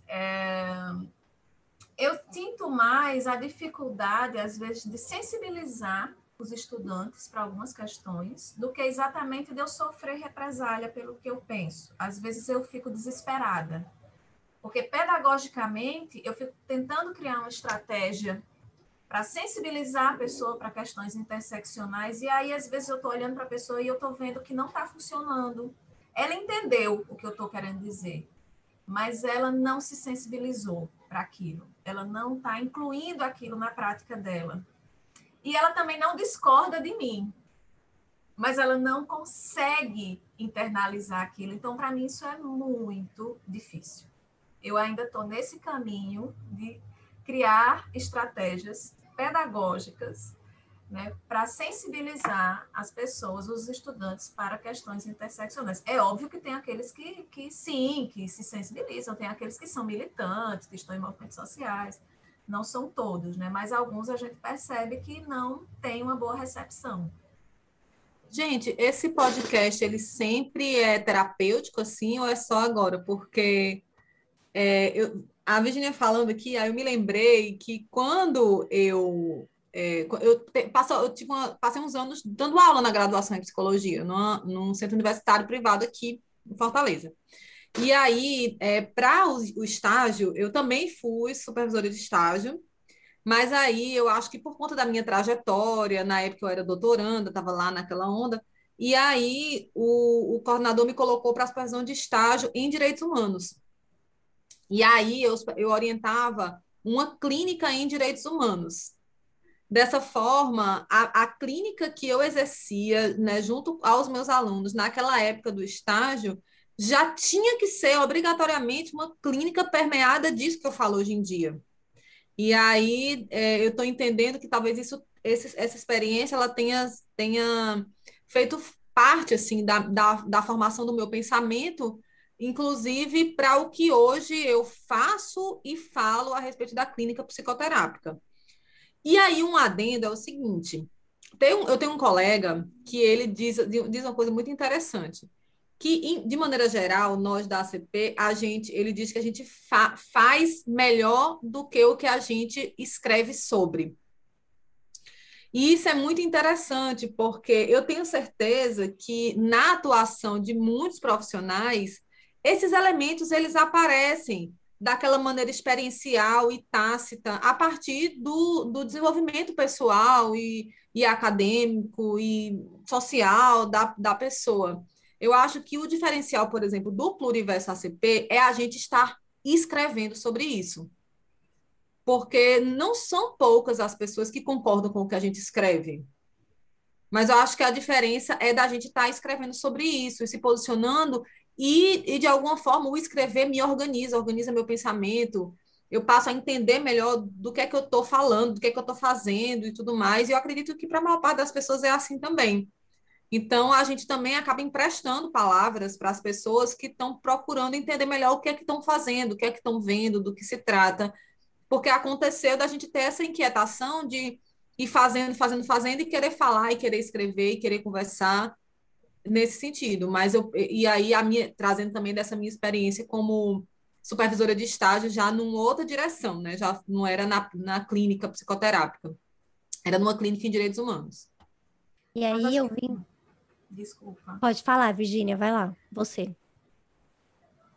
eu sinto mais a dificuldade, às vezes, de sensibilizar os estudantes para algumas questões, do que exatamente de eu sofrer represália pelo que eu penso. Às vezes eu fico desesperada, porque pedagogicamente eu fico tentando criar uma estratégia para sensibilizar a pessoa para questões interseccionais, e aí às vezes eu estou olhando para a pessoa e eu estou vendo que não está funcionando. Ela entendeu o que eu estou querendo dizer, mas ela não se sensibilizou para aquilo. Ela não está incluindo aquilo na prática dela. E ela também não discorda de mim, mas ela não consegue internalizar aquilo. Então, para mim, isso é muito difícil. Eu ainda estou nesse caminho de criar estratégias pedagógicas, né, para sensibilizar as pessoas, os estudantes, para questões interseccionais. É óbvio que tem aqueles que sim, que se sensibilizam, tem aqueles que são militantes, que estão em movimentos sociais, não são todos, né? Mas alguns a gente percebe que não tem uma boa recepção. Gente, esse podcast, ele sempre é terapêutico, assim, ou é só agora? Porque a Virginia falando aqui, aí eu me lembrei que quando passei uns anos dando aula na graduação em psicologia, num centro universitário privado aqui em Fortaleza. E aí, para o estágio, eu também fui supervisora de estágio, mas aí eu acho que por conta da minha trajetória, na época eu era doutoranda, estava lá naquela onda, e aí o coordenador me colocou para a supervisão de estágio em direitos humanos. E aí eu orientava uma clínica em direitos humanos. Dessa forma, a clínica que eu exercia, né, junto aos meus alunos naquela época do estágio, já tinha que ser obrigatoriamente uma clínica permeada disso que eu falo hoje em dia. E aí eu estou entendendo que talvez essa experiência ela tenha feito parte assim da formação do meu pensamento, inclusive para o que hoje eu faço e falo a respeito da clínica psicoterápica. E aí um adendo é o seguinte, eu tenho um colega que ele diz uma coisa muito interessante, que, de maneira geral, nós da ACP, ele diz que a gente faz melhor do que o que a gente escreve sobre. E isso é muito interessante, porque eu tenho certeza que na atuação de muitos profissionais, esses elementos eles aparecem daquela maneira experiencial e tácita a partir do desenvolvimento pessoal e acadêmico e social da pessoa. Eu acho que o diferencial, por exemplo, do Pluriverso ACP é a gente estar escrevendo sobre isso, porque não são poucas as pessoas que concordam com o que a gente escreve. Mas eu acho que a diferença é da gente estar escrevendo sobre isso, e se posicionando, de alguma forma o escrever me organiza meu pensamento, eu passo a entender melhor do que é que eu estou falando, do que é que eu estou fazendo e tudo mais, e eu acredito que para a maior parte das pessoas é assim também. Então, a gente também acaba emprestando palavras para as pessoas que estão procurando entender melhor o que é que estão fazendo, o que é que estão vendo, do que se trata, porque aconteceu da gente ter essa inquietação de ir fazendo e querer falar e querer escrever e querer conversar nesse sentido. E aí trazendo também dessa minha experiência como supervisora de estágio já numa outra direção, né? Já não era na clínica psicoterápica, era numa clínica em direitos humanos. E aí eu vim. Desculpa. Pode falar, Virgínia, vai lá, você.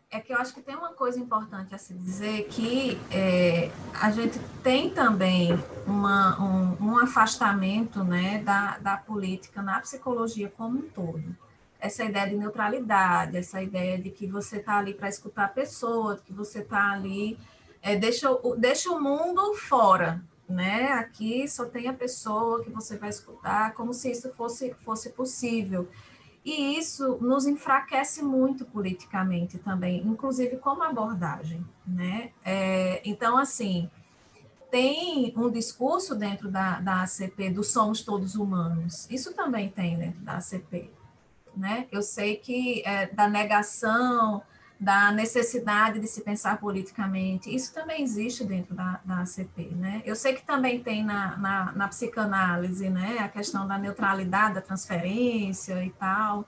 é que eu acho que tem uma coisa importante a se dizer, que a gente tem também um afastamento, né, da política na psicologia como um todo. Essa ideia de neutralidade, essa ideia de que você está ali para escutar a pessoa, de que você está ali, deixa o mundo fora, né? Aqui só tem a pessoa que você vai escutar, como se isso fosse possível. E isso nos enfraquece muito politicamente também, inclusive como abordagem, né? Então, assim, tem um discurso dentro da ACP do somos todos humanos. Isso também tem dentro da ACP, né? Eu sei que da negação, da necessidade de se pensar politicamente, isso também existe dentro da ACP, né? Eu sei que também tem na psicanálise, né? A questão da neutralidade, da transferência e tal.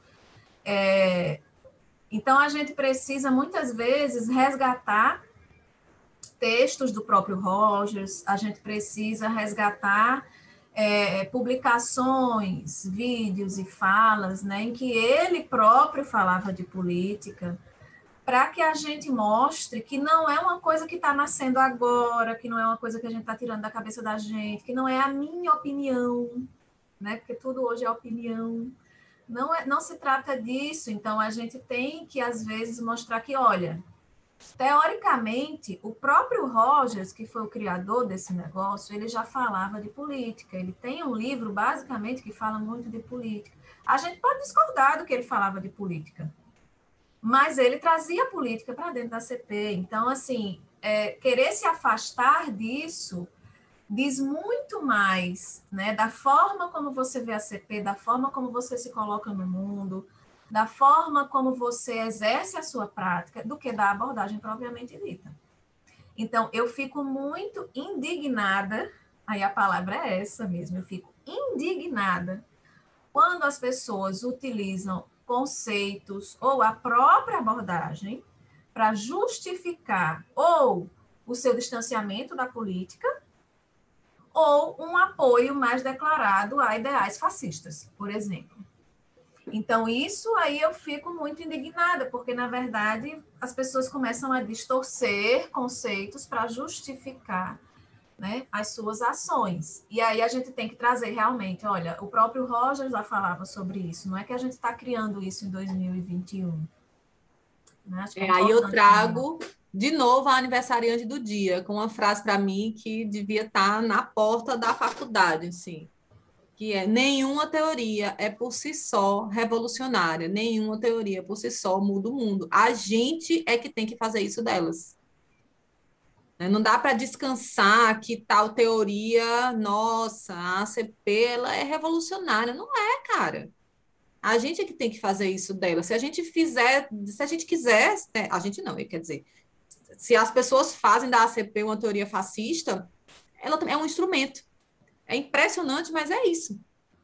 Então, a gente precisa, muitas vezes, resgatar textos do próprio Rogers, a gente precisa resgatar publicações, vídeos e falas, né, em que ele próprio falava de política, para que a gente mostre que não é uma coisa que está nascendo agora, que não é uma coisa que a gente está tirando da cabeça da gente, que não é a minha opinião, né, porque tudo hoje é opinião. Não se trata disso, então a gente tem que, às vezes, mostrar que, olha, teoricamente, o próprio Rogers, que foi o criador desse negócio, ele já falava de política. Ele tem um livro, basicamente, que fala muito de política. A gente pode discordar do que ele falava de política, mas ele trazia política para dentro da CP. Então, assim, querer se afastar disso diz muito mais, né, da forma como você vê a CP, da forma como você se coloca no mundo, da forma como você exerce a sua prática, do que da abordagem propriamente dita. Então, eu fico muito indignada, aí a palavra é essa mesmo, eu fico indignada quando as pessoas utilizam conceitos ou a própria abordagem para justificar ou o seu distanciamento da política ou um apoio mais declarado a ideais fascistas, por exemplo. Então, isso aí eu fico muito indignada, porque, na verdade, as pessoas começam a distorcer conceitos para justificar, né, as suas ações. E aí a gente tem que trazer realmente, olha, o próprio Rogers já falava sobre isso, não é que a gente está criando isso em 2021. Né? Acho que Aí eu trago de novo a aniversariante do dia, com uma frase para mim que devia estar na porta da faculdade, assim, que é: nenhuma teoria é por si só revolucionária, nenhuma teoria por si só muda o mundo. A gente é que tem que fazer isso delas. Não dá para descansar que tal teoria, nossa, a ACP, ela é revolucionária. Não é, cara. A gente é que tem que fazer isso dela. Se a gente fizer, se a gente quiser, a gente não, quer dizer, se as pessoas fazem da ACP uma teoria fascista, ela é um instrumento. É impressionante, mas é isso.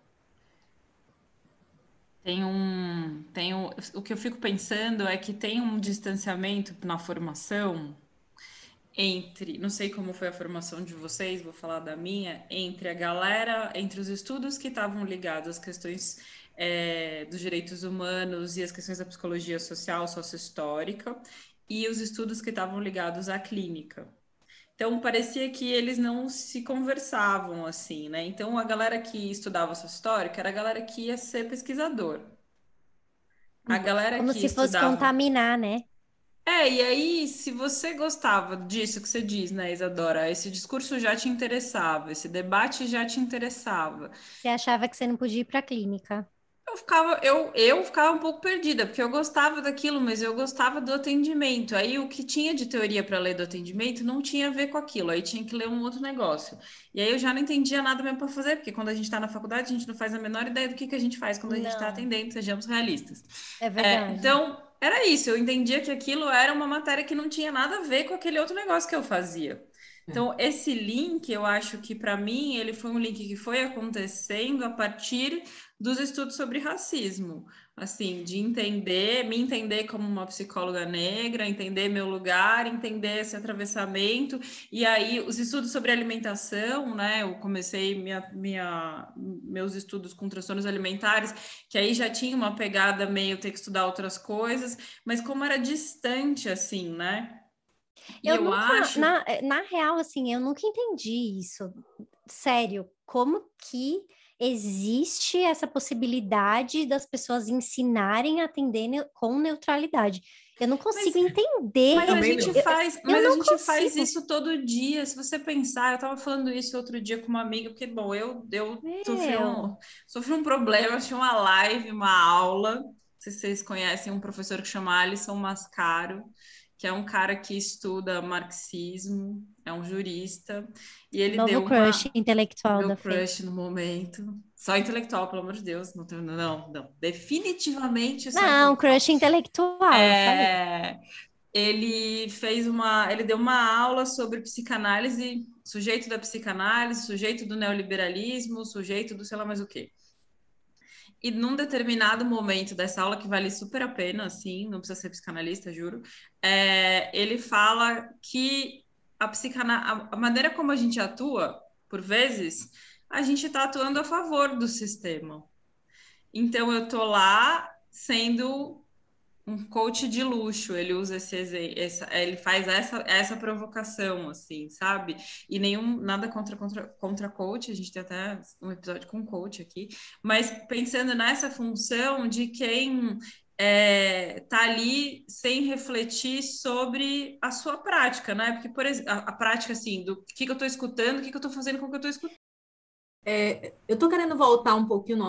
O que eu fico pensando é que tem um distanciamento na formação entre, não sei como foi a formação de vocês, vou falar da minha, entre a galera, entre os estudos que estavam ligados às questões dos direitos humanos e as questões da psicologia social, sociohistórica, e os estudos que estavam ligados à clínica. Então, parecia que eles não se conversavam assim, né? Então, a galera que estudava sociohistórica era a galera que ia ser pesquisador. A galera Como que se fosse estudava... contaminar, né? E aí, se você gostava disso que você diz, né, Isadora, esse discurso já te interessava, esse debate já te interessava. Você achava que você não podia ir para a clínica. Eu ficava um pouco perdida, porque eu gostava daquilo, mas eu gostava do atendimento. Aí o que tinha de teoria para ler do atendimento não tinha a ver com aquilo, aí tinha que ler um outro negócio. E aí eu já não entendia nada mesmo para fazer, porque quando a gente está na faculdade, a gente não faz a menor ideia do que a gente faz quando a gente está Não, atendendo, sejamos realistas. é verdade. Então, era isso, eu entendia que aquilo era uma matéria que não tinha nada a ver com aquele outro negócio que eu fazia. Então, esse link, eu acho que para mim, ele foi um link que foi acontecendo a partir dos estudos sobre racismo, assim, de entender, me entender como uma psicóloga negra, entender meu lugar, entender esse atravessamento, e aí os estudos sobre alimentação, né? Eu comecei meus estudos com transtornos alimentares, que aí já tinha uma pegada meio ter que estudar outras coisas, mas como era distante, assim, né? E Eu eu nunca, acho. na real, assim, eu nunca entendi isso. Sério, como que existe essa possibilidade das pessoas ensinarem a atender com neutralidade? Eu não Mas, consigo entender. mas a Também gente não. faz, Eu mas a não gente faz consigo. isso todo dia. Se você pensar, eu estava falando isso outro dia com uma amiga, porque, bom, eu Meu, sofri um problema, tinha uma live, uma aula. Não sei se vocês conhecem um professor que chama Alisson Mascaro, que é um cara que estuda marxismo, é um jurista, e ele novo deu crush intelectual meu da Fê. crush no momento. Só intelectual, pelo amor de Deus. Não, não. Definitivamente só Não, intelectual. crush intelectual, eu falei. Ele deu uma aula sobre psicanálise, sujeito da psicanálise, sujeito do neoliberalismo, sujeito do sei lá mais o quê. E num determinado momento dessa aula, que vale super a pena, assim, não precisa ser psicanalista, juro, ele fala que a maneira como a gente atua, por vezes, a gente está atuando a favor do sistema. Então, eu tô lá sendo um coach de luxo, ele usa ele faz essa provocação, assim, sabe? E nada contra coach, a gente tem até um episódio com coach aqui, mas pensando nessa função de quem tá ali sem refletir sobre a sua prática, né? Porque, por exemplo, a prática, assim, do que eu estou escutando, o que eu estou fazendo com o que eu estou escutando. Eu estou querendo voltar um pouquinho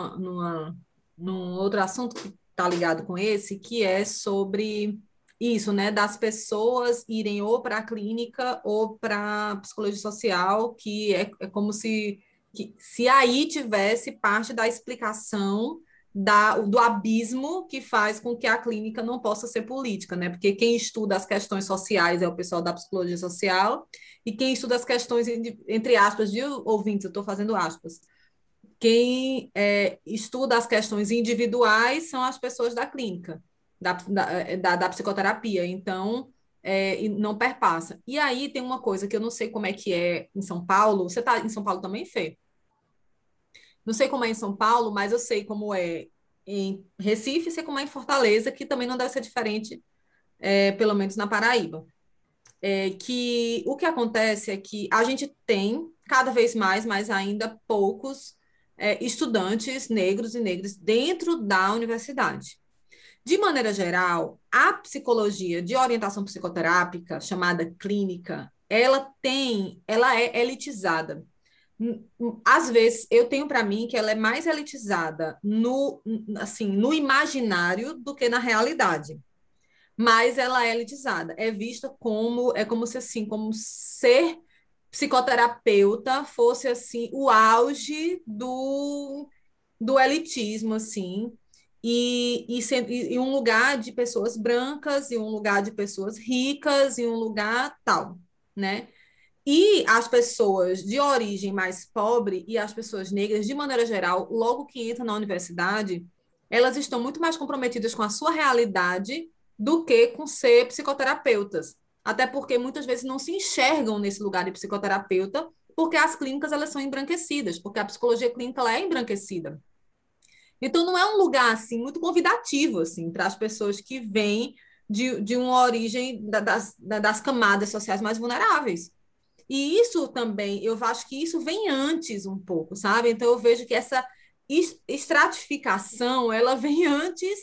num outro assunto que está ligado com esse, que é sobre isso, né, das pessoas irem ou para a clínica ou para a psicologia social, que é como se aí tivesse parte da explicação do abismo que faz com que a clínica não possa ser política, né? Porque quem estuda as questões sociais é o pessoal da psicologia social, e quem estuda as questões, entre aspas, de ouvintes, eu estou fazendo aspas, quem estuda as questões individuais são as pessoas da clínica, da psicoterapia. Então, e não perpassa. E aí tem uma coisa que eu não sei como é que é em São Paulo. Você está em São Paulo também, Fê? Não sei como é em São Paulo, mas eu sei como é em Recife, sei como é em Fortaleza, que também não deve ser diferente, pelo menos na Paraíba. Que o que acontece é que a gente tem cada vez mais, mas ainda poucos estudantes negros e negras dentro da universidade. De maneira geral, a psicologia de orientação psicoterápica, chamada clínica, ela é elitizada. Às vezes, eu tenho para mim que ela é mais elitizada no imaginário do que na realidade, mas ela é elitizada. É como se assim, como ser psicoterapeuta fosse assim o auge do elitismo, assim, e um lugar de pessoas brancas, e um lugar de pessoas ricas, e um lugar tal, né? E as pessoas de origem mais pobre e as pessoas negras, de maneira geral, logo que entram na universidade, elas estão muito mais comprometidas com a sua realidade do que com ser psicoterapeutas. Até porque muitas vezes não se enxergam nesse lugar de psicoterapeuta, porque as clínicas elas são embranquecidas, porque a psicologia clínica ela é embranquecida. Então não é um lugar assim muito convidativo assim para as pessoas que vêm de uma origem das camadas sociais mais vulneráveis. E isso também, eu acho que isso vem antes um pouco, sabe? Então eu vejo que essa estratificação, ela vem antes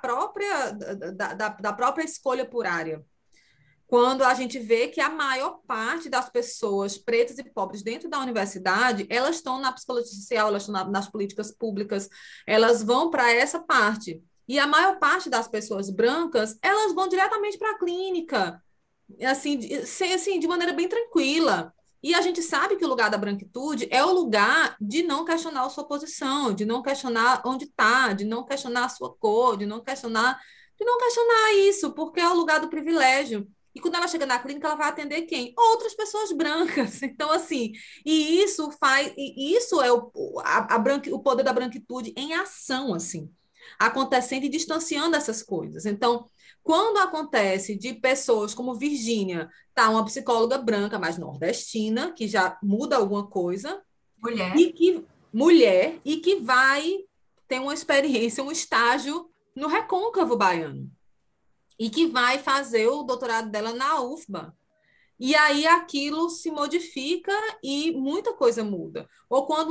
da própria escolha por área. Quando a gente vê que a maior parte das pessoas pretas e pobres dentro da universidade, elas estão na psicologia social, elas estão nas políticas públicas, elas vão para essa parte. E a maior parte das pessoas brancas, elas vão diretamente para a clínica, assim, de maneira bem tranquila. E a gente sabe que o lugar da branquitude é o lugar de não questionar a sua posição, de não questionar onde está, de não questionar a sua cor, de não questionar isso, porque é o lugar do privilégio. E quando ela chega na clínica, ela vai atender quem? Outras pessoas brancas. Então, assim, e isso faz, e isso é o poder da branquitude em ação, assim, acontecendo e distanciando essas coisas. Então, quando acontece de pessoas como Virgínia, tá, uma psicóloga branca, mas nordestina, que já muda alguma coisa, Mulher. e que mulher, e que vai ter uma experiência, um estágio no Recôncavo Baiano e que vai fazer o doutorado dela na UFBA. E aí aquilo se modifica e muita coisa muda. Ou quando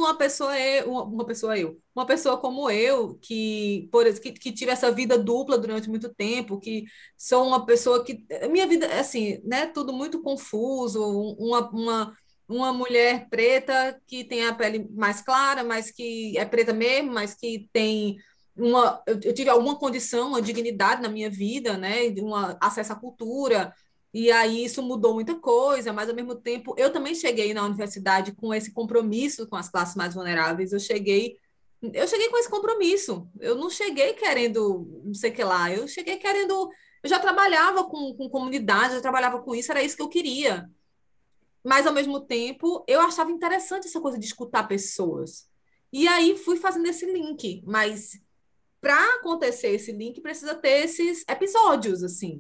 uma pessoa como eu, que, por exemplo, que tive essa vida dupla durante muito tempo, que sou uma pessoa que. Minha vida, assim, né? Tudo muito confuso, uma mulher preta que tem a pele mais clara, mas que é preta mesmo, mas que tem eu tive alguma condição, uma dignidade na minha vida, né? Acesso à cultura, e aí isso mudou muita coisa, mas ao mesmo tempo eu também cheguei na universidade com esse compromisso com as classes mais vulneráveis. Eu cheguei com esse compromisso. Eu não cheguei querendo, não sei o que lá, eu cheguei querendo. Eu já trabalhava com comunidade, já trabalhava com isso, era isso que eu queria. Mas ao mesmo tempo eu achava interessante essa coisa de escutar pessoas. E aí fui fazendo esse link, mas para acontecer esse link precisa ter esses episódios assim,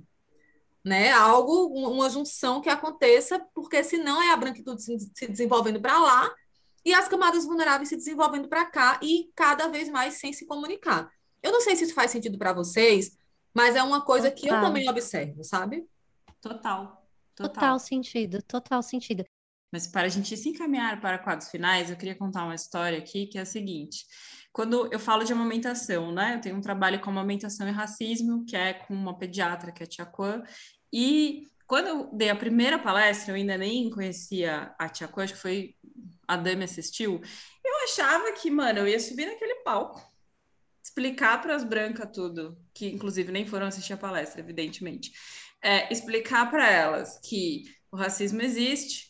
né? Algo, uma junção que aconteça, porque senão é a branquitude se desenvolvendo para lá e as camadas vulneráveis se desenvolvendo para cá e cada vez mais sem se comunicar. Eu não sei se isso faz sentido para vocês, mas é uma coisa que eu Total. também observo, sabe? Total, Total total. sentido, total sentido. Mas para a gente se encaminhar para quadros finais, eu queria contar uma história aqui que é a seguinte. Quando eu falo de amamentação, né? Eu tenho um trabalho com amamentação e racismo, que é com uma pediatra, que é a Tia Kwan, e quando eu dei a primeira palestra, eu ainda nem conhecia a Tia Kwan, acho que foi a Dami assistiu, eu achava que, mano, eu ia subir naquele palco, explicar para as brancas tudo, que inclusive nem foram assistir a palestra, evidentemente, explicar para elas que o racismo existe,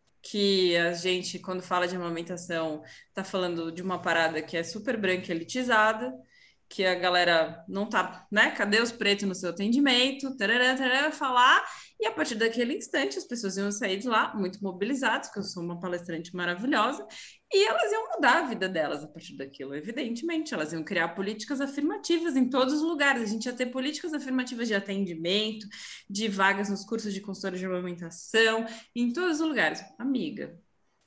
que a gente, quando fala de amamentação, tá falando de uma parada que é super branca e elitizada, que a galera não tá, né? Cadê os pretos no seu atendimento? Tarará, tarará, falar, e a partir daquele instante as pessoas iam sair de lá muito mobilizadas, porque eu sou uma palestrante maravilhosa, e elas iam mudar a vida delas a partir daquilo, evidentemente. Elas iam criar políticas afirmativas em todos os lugares. A gente ia ter políticas afirmativas de atendimento, de vagas nos cursos de consultoria de amamentação, em todos os lugares. Amiga,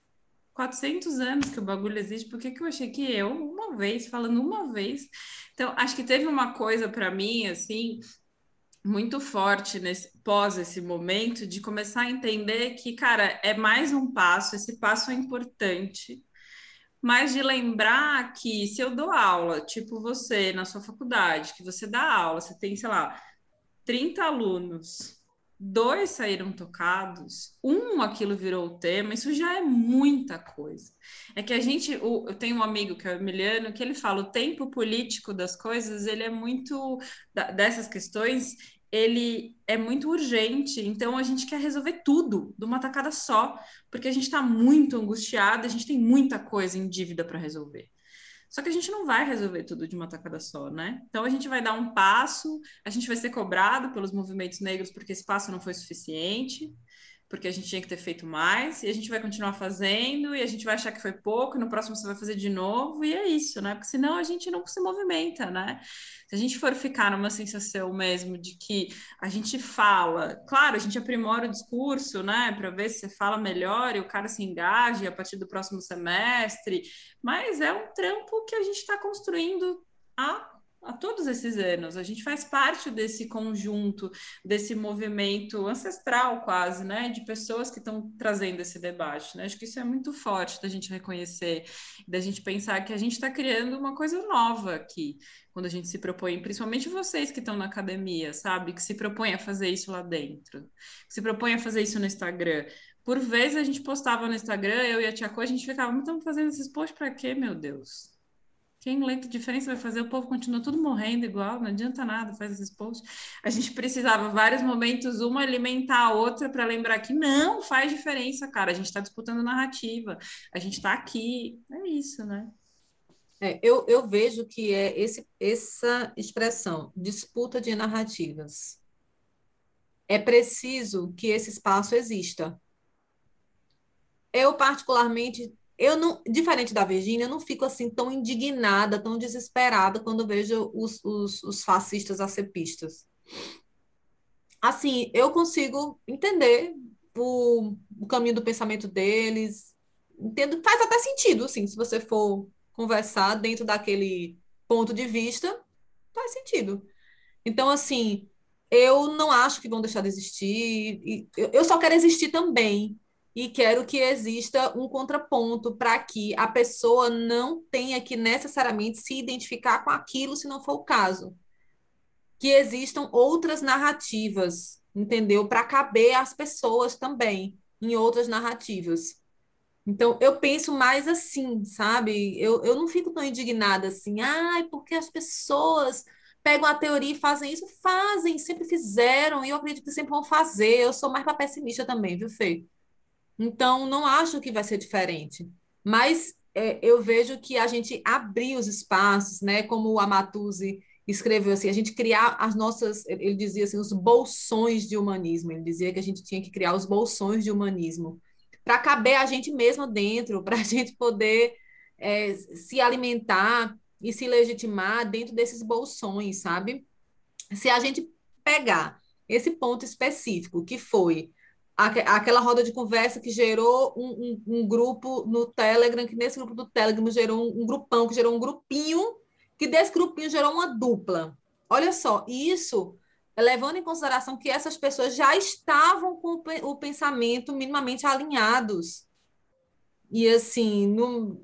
400 anos que o bagulho existe, por que que eu achei que eu, uma vez, falando uma vez? Então, acho que teve uma coisa para mim, assim, muito forte pós esse momento, de começar a entender que, cara, é mais um passo, esse passo é importante, mas de lembrar que se eu dou aula, tipo você, na sua faculdade, que você dá aula, você tem, sei lá, 30 alunos, dois saíram tocados, aquilo virou o tema, isso já é muita coisa. É que a gente, eu tenho um amigo que é o Emiliano, que ele fala, o tempo político das coisas, ele é muito, dessas questões, ele é muito urgente, então a gente quer resolver tudo de uma tacada só, porque a gente está muito angustiado, a gente tem muita coisa em dívida para resolver. Só que a gente não vai resolver tudo de uma tacada só, né? Então a gente vai dar um passo, a gente vai ser cobrado pelos movimentos negros porque esse passo não foi suficiente, porque a gente tinha que ter feito mais, e a gente vai continuar fazendo, e a gente vai achar que foi pouco, e no próximo você vai fazer de novo, e é isso, né? Porque senão a gente não se movimenta, né? Se a gente for ficar numa sensação mesmo de que a gente fala, claro, a gente aprimora o discurso, né, para ver se você fala melhor e o cara se engaje a partir do próximo semestre, mas é um trampo que a gente está construindo há todos esses anos. A gente faz parte desse conjunto, desse movimento ancestral quase, né, de pessoas que estão trazendo esse debate, né? Acho que isso é muito forte da gente reconhecer, da gente pensar que a gente está criando uma coisa nova aqui, quando a gente se propõe, principalmente vocês que estão na academia, sabe, que se propõem a fazer isso lá dentro, que se propõem a fazer isso no Instagram. Por vezes a gente postava no Instagram, eu e a Tia Co, a gente ficava, mas estamos fazendo esses posts para quê, meu Deus? Quem lê que diferença vai fazer? O povo continua tudo morrendo igual, não adianta nada, faz esses posts. A gente precisava, vários momentos, uma alimentar a outra para lembrar que não faz diferença, cara. A gente está disputando narrativa, a gente está aqui. É isso, né? Eu vejo que é essa expressão, disputa de narrativas. é preciso que esse espaço exista. Eu, particularmente, eu não, diferente da Virgínia, eu não fico assim tão indignada, tão desesperada quando vejo os fascistas acepistas. Assim, eu consigo entender o caminho do pensamento deles, entendo, faz até sentido, assim, se você for conversar dentro daquele ponto de vista, faz sentido. Então, assim, eu não acho que vão deixar de existir, e eu só quero existir também. E quero que exista um contraponto para que a pessoa não tenha que necessariamente se identificar com aquilo, se não for o caso. Que existam outras narrativas, entendeu? Para caber às pessoas também em outras narrativas. Então, eu penso mais assim, sabe? Eu não fico tão indignada assim, ai, porque as pessoas pegam a teoria e fazem isso? Fazem, sempre fizeram, e eu acredito que sempre vão fazer. Eu sou mais para pessimista também, viu, Fê? Então, não acho que vai ser diferente. Mas eu vejo que a gente abrir os espaços, né? Como o Amatuzzi escreveu assim, a gente criar as nossas, ele dizia assim, os bolsões de humanismo. Ele dizia que a gente tinha que criar os bolsões de humanismo para caber a gente mesmo dentro, para a gente poder se alimentar e se legitimar dentro desses bolsões, sabe? Se a gente pegar esse ponto específico, que foi aquela roda de conversa que gerou um grupo no Telegram, que nesse grupo do Telegram gerou um grupão, que gerou um grupinho, que desse grupinho gerou uma dupla. Olha só, isso levando em consideração que essas pessoas já estavam com o pensamento minimamente alinhados. E assim, não,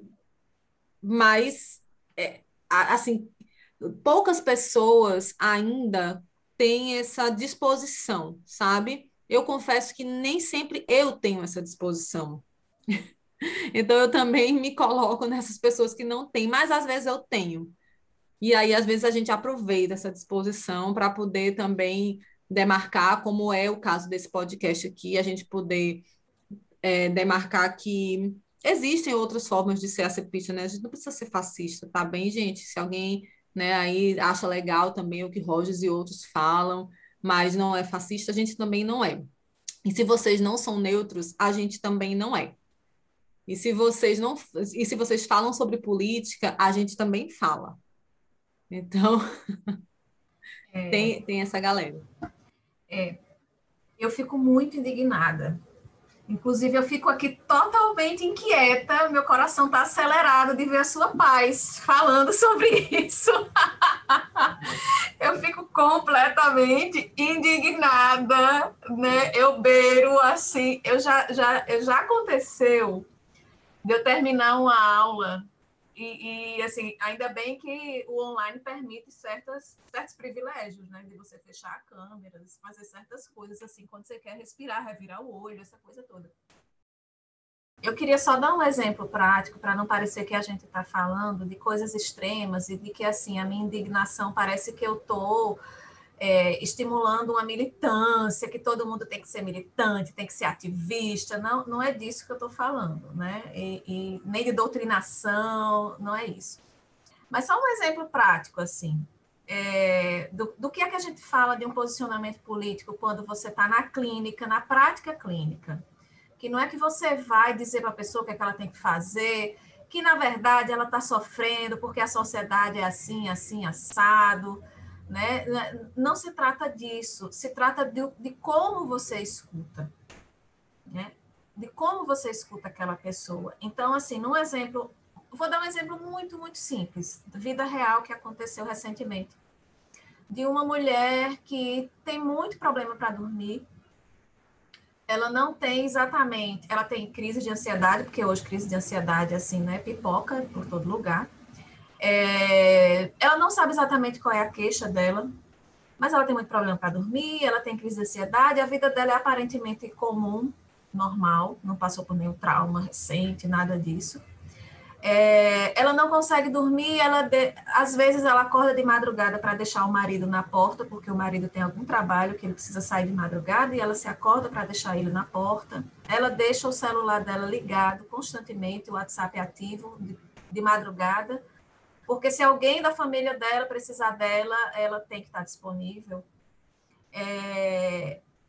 mas assim, poucas pessoas ainda têm essa disposição, sabe? Eu confesso que nem sempre eu tenho essa disposição. Então eu também me coloco nessas pessoas que não têm, mas às vezes eu tenho. E aí, às vezes, a gente aproveita essa disposição para poder também demarcar, como é o caso desse podcast aqui, a gente poder demarcar que existem outras formas de ser acepista, né? A gente não precisa ser fascista, tá bem, gente? Se alguém, né, aí acha legal também o que Rogers e outros falam, mas não é fascista, a gente também não é. E se vocês não são neutros, a gente também não é. E se vocês não, e se vocês falam sobre política, a gente também fala. Então, tem essa galera. Eu fico muito indignada. Inclusive, eu fico aqui totalmente inquieta, meu coração está acelerado de ver a sua paz falando sobre isso. Eu fico completamente indignada, né? Eu beiro assim, já aconteceu de eu terminar uma aula e assim, ainda bem que o online permite certos privilégios, né? De você fechar a câmera, fazer certas coisas assim, quando você quer respirar, revirar o olho, essa coisa toda. Eu queria só dar um exemplo prático, para não parecer que a gente está falando de coisas extremas e de que, assim, a minha indignação parece que eu estou estimulando uma militância, que todo mundo tem que ser militante, tem que ser ativista. Não, não é disso que eu estou falando, né? E nem de doutrinação, não é isso. Mas só um exemplo prático, assim, do que é que a gente fala de um posicionamento político quando você está na clínica, na prática clínica. Que não é que você vai dizer para a pessoa o que é que ela tem que fazer, que, na verdade, ela está sofrendo porque a sociedade é assim, assim, assado, né? Não se trata disso, se trata de como você escuta, né? De como você escuta aquela pessoa. Então, assim, num exemplo, vou dar um exemplo muito, muito simples, da vida real que aconteceu recentemente, de uma mulher que tem muito problema para dormir. Ela não tem exatamente, ela tem crise de ansiedade, porque hoje crise de ansiedade, assim, né, pipoca por todo lugar. Ela não sabe exatamente qual é a queixa dela, mas ela tem muito problema para dormir, ela tem crise de ansiedade, a vida dela é aparentemente comum, normal, não passou por nenhum trauma recente, nada disso. Ela não consegue dormir, às vezes ela acorda de madrugada para deixar o marido na porta, porque o marido tem algum trabalho que ele precisa sair de madrugada, e ela se acorda para deixar ele na porta. Ela deixa o celular dela ligado constantemente, o WhatsApp ativo de madrugada, porque se alguém da família dela precisar dela, ela tem que estar disponível.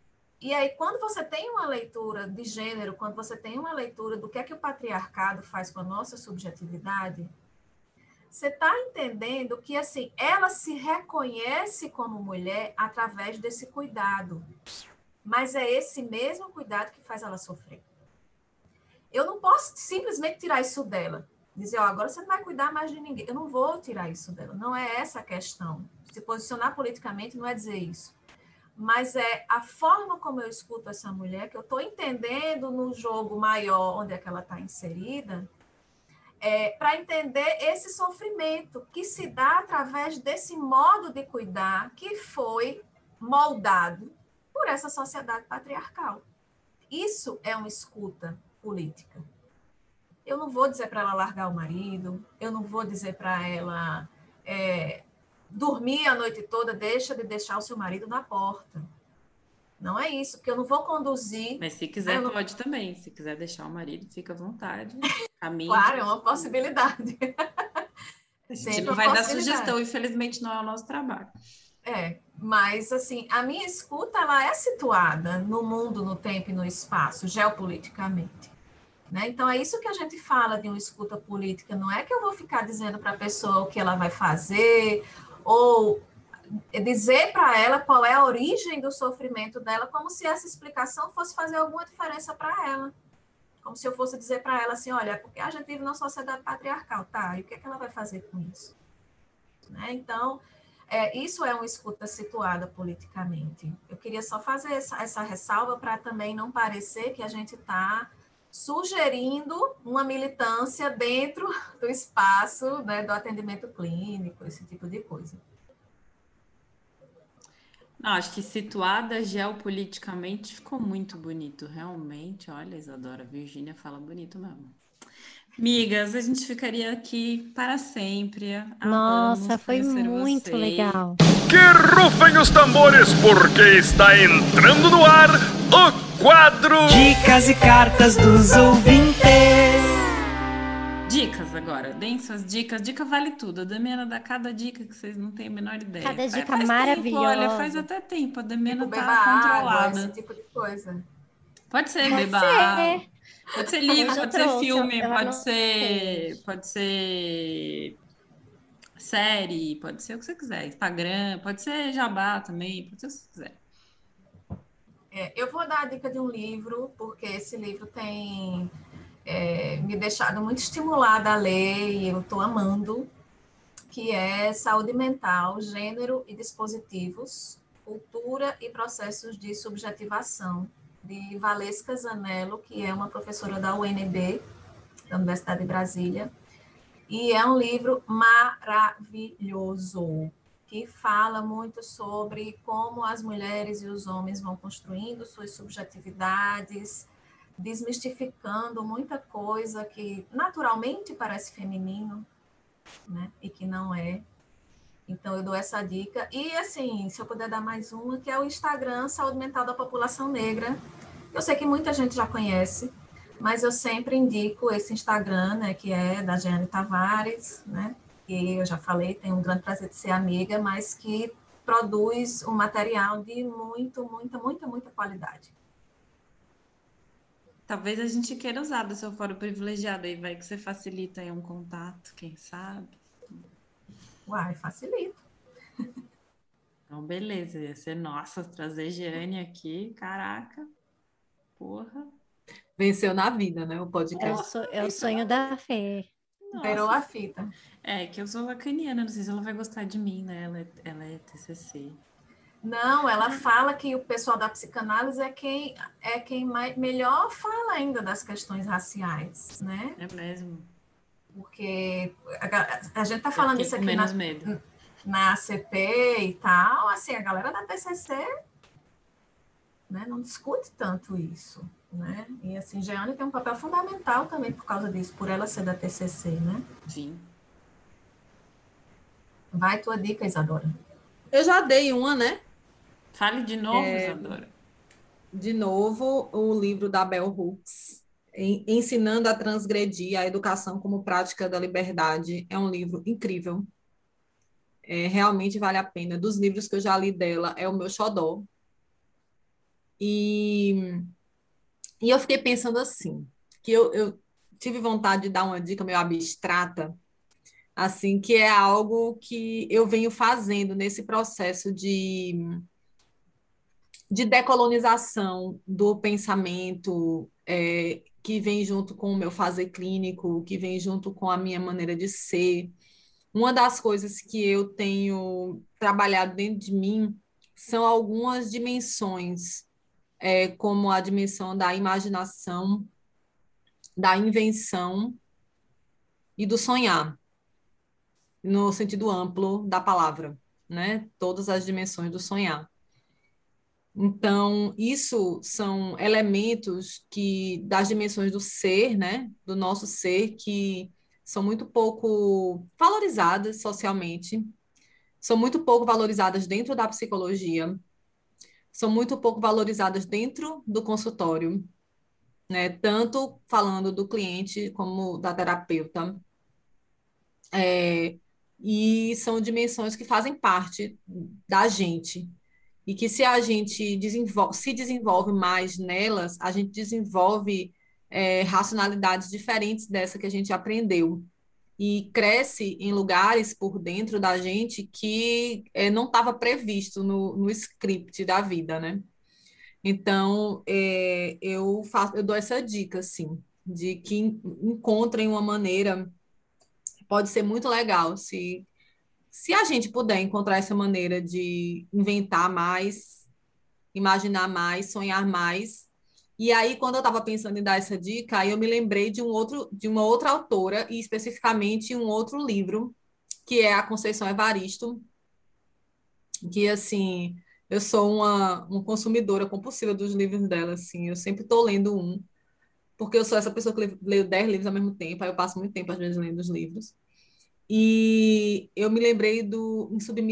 E aí, quando você tem uma leitura de gênero, quando você tem uma leitura do que é que o patriarcado faz com a nossa subjetividade, você está entendendo que, assim, ela se reconhece como mulher através desse cuidado. Mas é esse mesmo cuidado que faz ela sofrer. Eu não posso simplesmente tirar isso dela. Dizer, ó, agora você não vai cuidar mais de ninguém. Eu não vou tirar isso dela. Não é essa a questão. Se posicionar politicamente não é dizer isso. Mas é a forma como eu escuto essa mulher, que eu estou entendendo no jogo maior onde é que ela está inserida, para entender esse sofrimento que se dá através desse modo de cuidar que foi moldado por essa sociedade patriarcal. Isso é uma escuta política. Eu não vou dizer para ela largar o marido, eu não vou dizer para ela dormir a noite toda, deixa de deixar o seu marido na porta. Não é isso, porque eu não vou conduzir... Mas se quiser, pode também. Se quiser deixar o marido, fica à vontade. Caminhe. Claro, é uma possibilidade. A gente não vai dar sugestão, infelizmente não é o nosso trabalho. Mas assim, a minha escuta ela é situada no mundo, no tempo e no espaço, geopoliticamente. Né? Então, é isso que a gente fala de uma escuta política. Não é que eu vou ficar dizendo para a pessoa o que ela vai fazer, ou dizer para ela qual é a origem do sofrimento dela, como se essa explicação fosse fazer alguma diferença para ela. Como se eu fosse dizer para ela assim, olha, porque a gente vive numa sociedade patriarcal, tá? E o que é que ela vai fazer com isso? Né? Então, isso é uma escuta situada politicamente. Eu queria só fazer essa ressalva para também não parecer que a gente está sugerindo uma militância dentro do espaço, né, do atendimento clínico, esse tipo de coisa. Não, acho que situada geopoliticamente ficou muito bonito, realmente. Olha, Isadora, Virgínia fala bonito mesmo. Migas, a gente ficaria aqui para sempre. Nossa, foi muito vocês. legal. Que rufem os tambores, porque está entrando no ar o quadro Dicas e Cartas dos Ouvintes. Dicas agora, deem suas dicas. Dica vale tudo. A Damiana dá cada dica que vocês não têm a menor ideia. Cada dica faz maravilhosa. Tempo, olha, faz até tempo. A Damiana Tipo, tá beba controlada. água, esse tipo de coisa. Pode ser, Pode beba ser. água. Pode ser livro, Hoje eu pode ser trouxe, filme, eu pode ser série, pode ser o que você quiser. Instagram, pode ser jabá também, pode ser o que você quiser. Eu vou dar a dica de um livro, porque esse livro tem me deixado muito estimulada a ler e eu estou amando, que é Saúde Mental, Gênero e Dispositivos, Cultura e Processos de Subjetivação, de Valesca Zanello, que é uma professora da UNB, da Universidade de Brasília, e é um livro maravilhoso, que fala muito sobre como as mulheres e os homens vão construindo suas subjetividades, desmistificando muita coisa que naturalmente parece feminino, né? E que não é. Então, eu dou essa dica. E, assim, se eu puder dar mais uma, que é o Instagram Saúde Mental da População Negra. Eu sei que muita gente já conhece, mas eu sempre indico esse Instagram, né, que é da Jeane Tavares, né? Que eu já falei, tenho um grande prazer de ser amiga, mas que produz um material de muita qualidade. Talvez a gente queira usar do seu fórum privilegiado, aí vai que você facilita aí um contato, quem sabe? Uai, facilita. Então, beleza, ia ser nossa, trazer Jeane aqui, caraca, porra. Venceu na vida, né, o podcast. É o sonho da Fê. Virou a fita. Que eu sou lacaniana, não sei se ela vai gostar de mim, né? Ela é TCC. Não, ela fala que o pessoal da psicanálise é quem melhor fala ainda das questões raciais, né? É mesmo. Porque a gente tá falando isso aqui menos medo. Na ACP e tal, assim, a galera da TCC, né, não discute tanto isso, né? E assim, Jeane tem um papel fundamental também por causa disso, por ela ser da TCC, né? Sim. Vai tua dica, Isadora. Eu já dei uma, né? Fale de novo, Isadora. De novo, o livro da Bell Hooks, Ensinando a Transgredir a Educação como Prática da Liberdade. É um livro incrível. Realmente vale a pena. Dos livros que eu já li dela, é o meu xodó. E, e eu fiquei pensando assim, que eu tive vontade de dar uma dica meio abstrata, assim, que é algo que eu venho fazendo nesse processo de decolonização do pensamento, que vem junto com o meu fazer clínico, que vem junto com a minha maneira de ser. Uma das coisas que eu tenho trabalhado dentro de mim são algumas dimensões, como a dimensão da imaginação, da invenção e do sonhar, no sentido amplo da palavra, né? Todas as dimensões do sonhar. Então, isso são elementos que das dimensões do ser, né, do nosso ser, que são muito pouco valorizadas socialmente, são muito pouco valorizadas dentro da psicologia, são muito pouco valorizadas dentro do consultório, né, tanto falando do cliente como da terapeuta. É, e são dimensões que fazem parte da gente. E que se a gente se desenvolve mais nelas, a gente desenvolve racionalidades diferentes dessa que a gente aprendeu. E cresce em lugares por dentro da gente que não estava previsto no script da vida, né? Então, eu dou essa dica, assim, de que encontrem uma maneira, pode ser muito legal se a gente puder encontrar essa maneira de inventar mais, imaginar mais, sonhar mais. E aí, quando eu estava pensando em dar essa dica, aí eu me lembrei de uma outra autora, e especificamente um outro livro, que é a Conceição Evaristo, que, assim, eu sou uma consumidora compulsiva dos livros dela, assim, eu sempre estou lendo um, porque eu sou essa pessoa que leio 10 livros ao mesmo tempo, aí eu passo muito tempo, às vezes, lendo os livros. E eu me lembrei do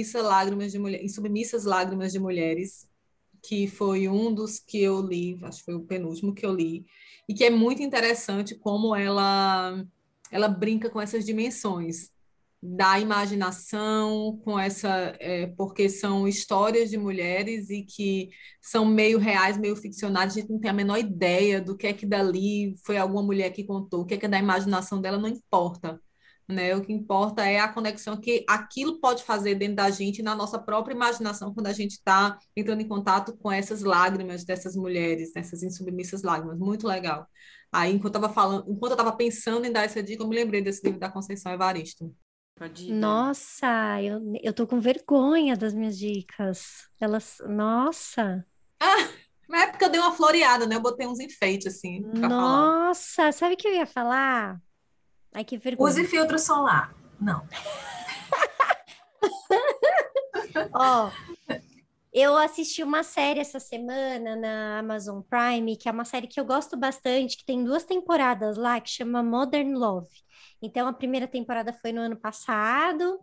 Em Submissas Lágrimas de Mulheres, que foi um dos que eu li, acho que foi o penúltimo que eu li, e que é muito interessante como ela brinca com essas dimensões da imaginação, porque são histórias de mulheres e que são meio reais, meio ficcionais, a gente não tem a menor ideia do que é que dali foi alguma mulher que contou, o que é da imaginação dela, não importa, né? O que importa é a conexão que aquilo pode fazer dentro da gente, na nossa própria imaginação, quando a gente está entrando em contato com essas lágrimas dessas mulheres, dessas insubmissas lágrimas. Muito legal. Aí, enquanto eu estava pensando em dar essa dica, eu me lembrei desse livro da Conceição Evaristo. Pode ir, Dani. Nossa, eu tô com vergonha das minhas dicas. Nossa, Na época eu dei uma floreada, né? Eu botei uns enfeites, assim, para falar. nossa, sabe o que eu ia falar? Ai, que vergonha. Use filtro solar. Não. Ó, eu assisti uma série essa semana na Amazon Prime, que é uma série que eu gosto bastante, que tem 2 temporadas lá, que chama Modern Love. Então, a primeira temporada foi no ano passado.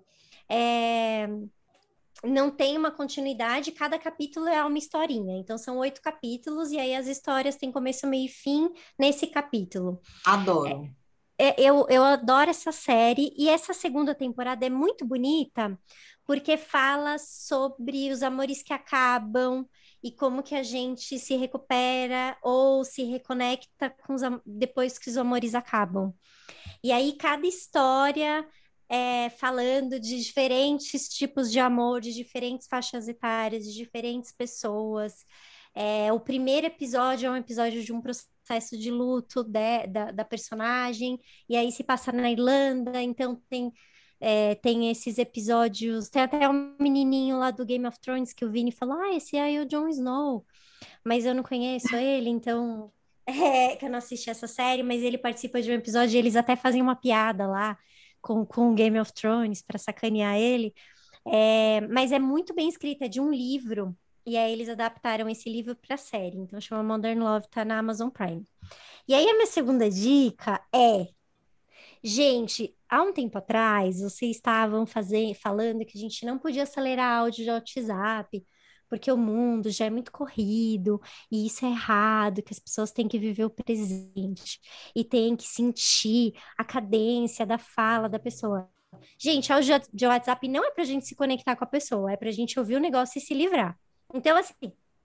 Não tem uma continuidade, cada capítulo é uma historinha. Então, são 8 capítulos, e aí as histórias têm começo, meio e fim nesse capítulo. Adoro. Eu adoro essa série, e essa segunda temporada é muito bonita, porque fala sobre os amores que acabam e como que a gente se recupera ou se reconecta depois que os amores acabam. E aí, cada história falando de diferentes tipos de amor, de diferentes faixas etárias, de diferentes pessoas. O primeiro episódio é um episódio de um processo de luto da personagem, e aí se passa na Irlanda, então tem esses episódios. Tem até um menininho lá do Game of Thrones que o Vini falou: Ah, esse aí é o Jon Snow, mas eu não conheço ele, então. Que eu não assisti essa série, mas ele participa de um episódio e eles até fazem uma piada lá com o Game of Thrones para sacanear ele. Mas é muito bem escrita, é de um livro, e aí eles adaptaram esse livro para série, então chama Modern Love, tá na Amazon Prime. E aí a minha segunda dica gente, há um tempo atrás, vocês estavam falando que a gente não podia acelerar áudio de WhatsApp, porque o mundo já é muito corrido, e isso é errado, que as pessoas têm que viver o presente, e têm que sentir a cadência da fala da pessoa. Gente, áudio de WhatsApp não é pra gente se conectar com a pessoa, é pra gente ouvir o negócio e se livrar. Então, assim,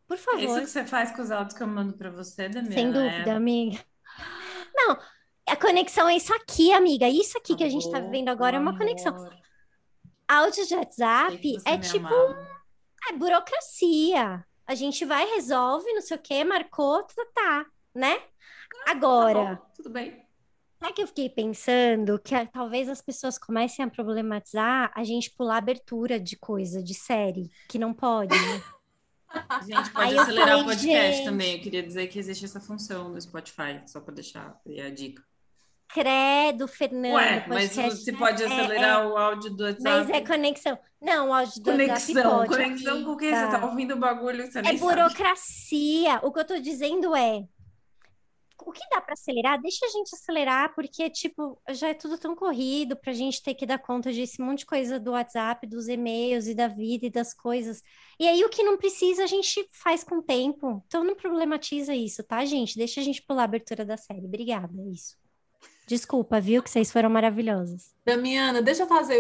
Por É isso favor. que você faz com os áudios que eu mando pra você, Sem Damiana? dúvida, amiga. Não, a conexão é isso aqui, amiga. Isso aqui que a gente tá vivendo agora é uma conexão. Amor, Áudio de sei que WhatsApp você é me tipo, amava. é burocracia. A gente vai, resolve, não sei o quê, marcou, tá, né? Tá Agora, bom, tudo bem. sabe que eu fiquei pensando que talvez as pessoas comecem a problematizar a gente pular abertura de coisa, de série, que não pode, né? Gente, pode Aí eu acelerar o falei, podcast gente, também. Eu queria dizer que existe essa função no Spotify, só para deixar aí a dica. credo, Fernando, Ué, mas podcast você pode é, acelerar o áudio do mas é WhatsApp? conexão. Não, o áudio do WhatsApp Conexão. pode, Conexão com o quê? Você tá amiga. ouvindo o bagulho, você É nem sabe. burocracia. O que eu tô dizendo é, o que dá para acelerar, deixa a gente acelerar, porque, tipo, já é tudo tão corrido pra gente ter que dar conta desse monte de coisa do WhatsApp, dos e-mails e da vida e das coisas. E aí, o que não precisa, a gente faz com o tempo. Então, não problematiza isso, tá, gente? Deixa a gente pular a abertura da série. Obrigada, é isso. Desculpa, viu? Que vocês foram maravilhosos. Damiana, deixa eu fazer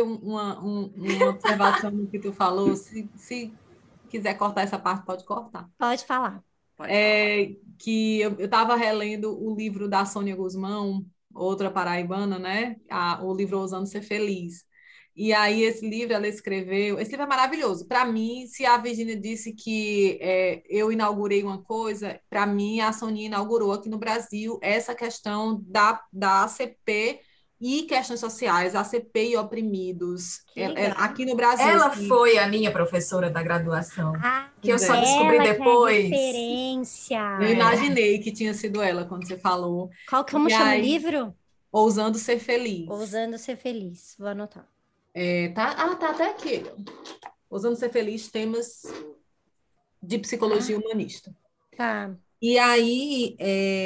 uma observação no que tu falou. Se quiser cortar essa parte, pode cortar. Pode falar. Pode falar. Que eu estava relendo o livro da Sônia Guzmão, outra paraibana, né? O livro Ousando Ser Feliz. E aí, esse livro ela escreveu. Esse livro é maravilhoso. Para mim, se a Virginia disse que eu inaugurei uma coisa, para mim, a Sonia inaugurou aqui no Brasil essa questão da ACP e questões sociais, ACP e oprimidos. Que legal. Aqui no Brasil. Ela assim, foi a minha professora da graduação, Ah, que eu só ela descobri que é depois. referência. Eu imaginei que tinha sido ela quando você falou. Como E chama o aí, livro? Ousando Ser Feliz. Ousando Ser Feliz. Vou anotar. Tá até aqui. Ousando Ser Feliz, temas de psicologia humanista. Tá. E aí,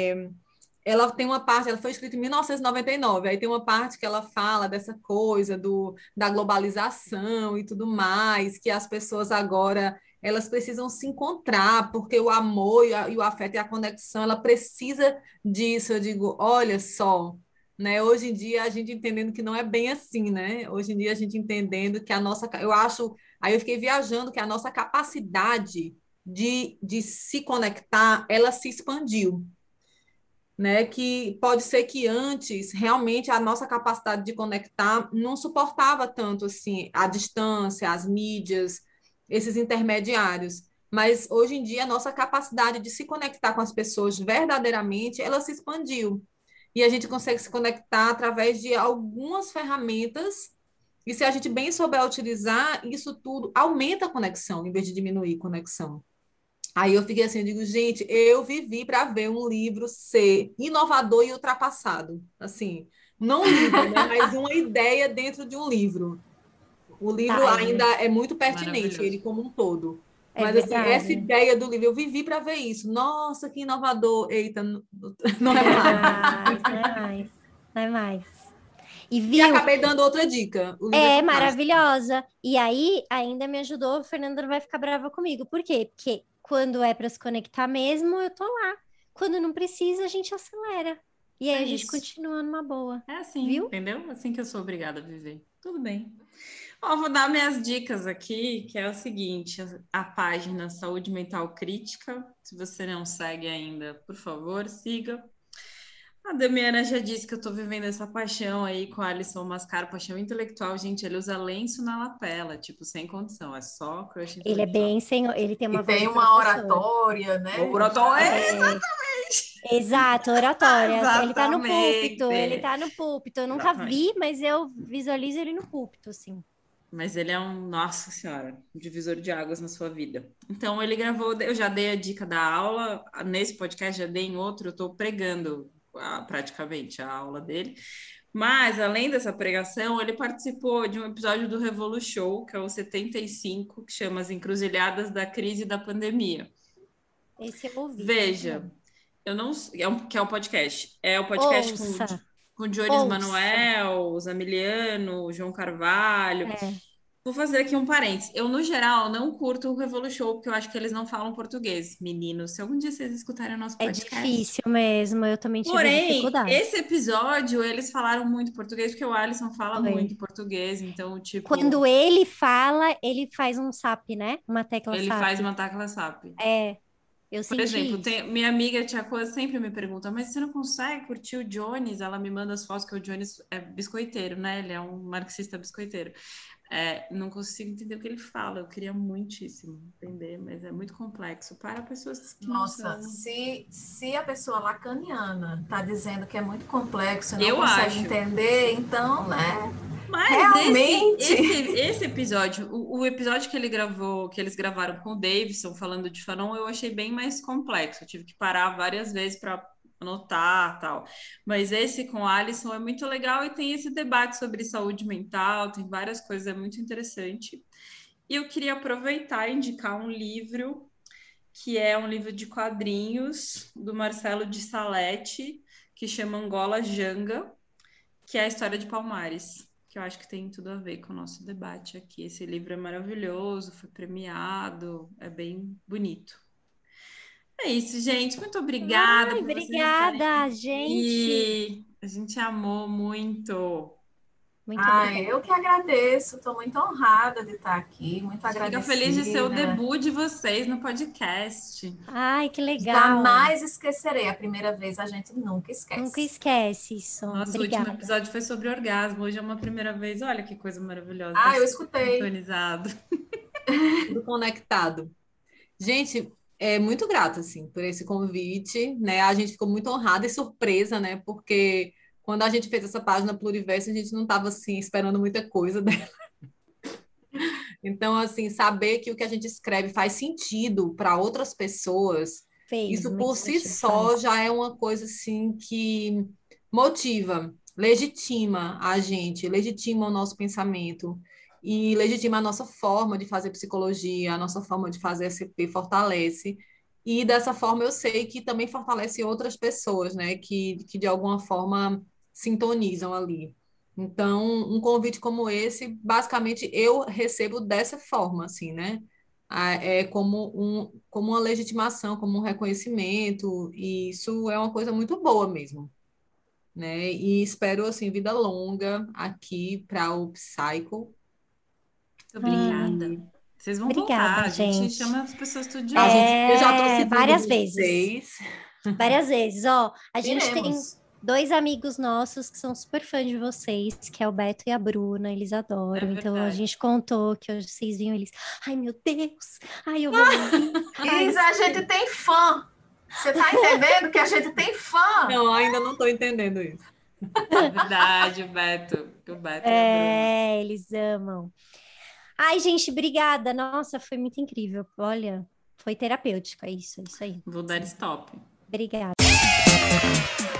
ela tem uma parte, ela foi escrita em 1999, aí tem uma parte que ela fala dessa coisa da globalização e tudo mais, que as pessoas agora elas precisam se encontrar, porque o amor e o afeto e a conexão, ela precisa disso. Eu digo, olha só, né? Hoje em dia a gente entendendo que não é bem assim, né? Hoje em dia a gente entendendo que eu acho, aí eu fiquei viajando que a nossa capacidade de se conectar, ela se expandiu, né? Que pode ser que antes realmente a nossa capacidade de conectar não suportava tanto assim a distância, as mídias, esses intermediários. Mas hoje em dia a nossa capacidade de se conectar com as pessoas verdadeiramente, ela se expandiu. E a gente consegue se conectar através de algumas ferramentas. E se a gente bem souber utilizar, isso tudo aumenta a conexão, em vez de diminuir a conexão. Aí eu fiquei assim, eu digo, gente, eu vivi para ver um livro ser inovador e ultrapassado. Assim, não um livro, né, mas uma ideia dentro de um livro. O livro Tá, ainda é muito pertinente, Maravilhoso. ele como um todo. É Mas assim, essa verdade. ideia do livro, eu vivi para ver isso. Nossa, que inovador. Eita, não é mais. Não é mais. Não é mais. E E viu? acabei dando outra dica. O livro É fantástico. maravilhosa. E aí, ainda me ajudou, a Fernanda não vai ficar brava comigo. Por quê? Porque quando é para se conectar mesmo, eu tô lá. Quando não precisa, a gente acelera. E aí É a gente isso. continua numa boa. É assim, Viu? entendeu? Assim que eu sou obrigada a viver. Tudo bem. Ó, vou dar minhas dicas aqui, que é o seguinte, a página Saúde Mental Crítica. Se você não segue ainda, por favor, siga. A Damiana já disse que eu tô vivendo essa paixão aí com a Alisson Mascaro, paixão intelectual. Gente, ele usa lenço na lapela, tipo, sem condição, é só crush Ele é intelectual. bem senhor, ele tem uma E voz tem de uma professor. oratória, né? Exato, oratórias. Ele tá no Exatamente. púlpito, ele tá no púlpito. Eu nunca vi, mas eu visualizo ele no púlpito, assim. Mas ele é nossa senhora, um divisor de águas na sua vida. Então ele gravou, eu já dei a dica da aula, nesse podcast já dei em outro, eu estou pregando praticamente a aula dele. Mas, além dessa pregação, ele participou de um episódio do Revolu Show, que é o 75, que chama As Encruzilhadas da Crise e da Pandemia. Esse eu ouvi. Veja, eu não que é um podcast. É o podcast Ouça. com o Jones Ouça. Manuel, o Zamiliano, o João Carvalho. É. Vou fazer aqui um parênteses. Eu, no geral, não curto o Revolu Show, porque eu acho que eles não falam português. Meninos, se algum dia vocês escutarem o nosso É podcast... difícil mesmo, eu também tive Porém, dificuldade. esse episódio, eles falaram muito português, porque o Alisson fala Foi. muito português, então, tipo... Quando ele fala, ele faz um SAP, né? Uma tecla ele SAP. faz uma tecla SAP. É, Eu Por senti exemplo, isso. minha amiga Tia Coa sempre me pergunta, mas você não consegue curtir o Jones? Ela me manda as fotos que o Jones é biscoiteiro, né? Ele é um marxista biscoiteiro. Não consigo entender o que ele fala. Eu queria muitíssimo entender, mas é muito complexo para pessoas que não Nossa, são. se a pessoa lacaniana está dizendo que é muito complexo e não Eu consegue acho. entender, então, né? Mas Realmente. esse episódio, o episódio que ele gravou, que eles gravaram com o Davidson falando de Fanon, eu achei bem mais complexo. Eu tive que parar várias vezes para anotar, tal. Mas esse com a Alisson é muito legal e tem esse debate sobre saúde mental, tem várias coisas, é muito interessante. E eu queria aproveitar e indicar um livro que é um livro de quadrinhos do Marcelo de Salete, que chama Angola Janga, que é a história de Palmares, que eu acho que tem tudo a ver com o nosso debate aqui. Esse livro é maravilhoso, foi premiado, é bem bonito. É isso, gente. Muito obrigada Ai, por vocês estarem obrigada, gente. aqui. A gente amou muito. Muito Ai, obrigada. eu que agradeço, estou muito honrada de estar aqui, muito A gente fica feliz de ser o agradecida. debut de vocês no podcast. Ai, que legal. Jamais esquecerei. A primeira vez a gente nunca Nunca esquece. esquece isso. Nosso último Obrigada. episódio foi sobre orgasmo. Hoje é uma primeira vez. Olha que coisa maravilhosa. Ah, Tá eu super escutei. sintonizado. Tudo conectado. Gente, é muito grata, assim, por esse convite, né? A gente ficou muito honrada e surpresa, né? Porque quando a gente fez essa página Pluriverso, a gente não estava, assim, esperando muita coisa dela. Então, assim, saber que o que a gente escreve faz sentido para outras pessoas, Fez isso muito por si sentido, só faz. já é uma coisa, assim, que motiva, legitima a gente, legitima o nosso pensamento e legitima a nossa forma de fazer psicologia, a nossa forma de fazer SCP, fortalece. E dessa forma eu sei que também fortalece outras pessoas, né, que de alguma forma sintonizam ali. Então, um convite como esse, basicamente, eu recebo dessa forma, assim, né? É como uma legitimação, como um reconhecimento, e isso é uma coisa muito boa mesmo, né? E espero, assim, vida longa aqui para o Psycho. Muito obrigada. E Vocês vão voltar. Obrigada, A gente gente. chama as pessoas tudo de eu já estou É, seguindo várias vezes. vocês. Várias vezes. Ó, a gente tem Iremos. 2 amigos nossos que são super fãs de vocês, que é o Beto e a Bruna, eles adoram. É Então a verdade. gente contou que hoje vocês vinham eles. Ai, meu Deus! Ai, eu vou ouvir. Ai, Isa, a gente tem fã. Você tá entendendo que a gente tem fã? Não, ainda não estou entendendo isso. É verdade, o Beto e a Bruna. eles amam. Ai, gente, obrigada. Nossa, foi muito incrível. Olha, foi terapêutico, é isso aí. Vou dar stop. Obrigada.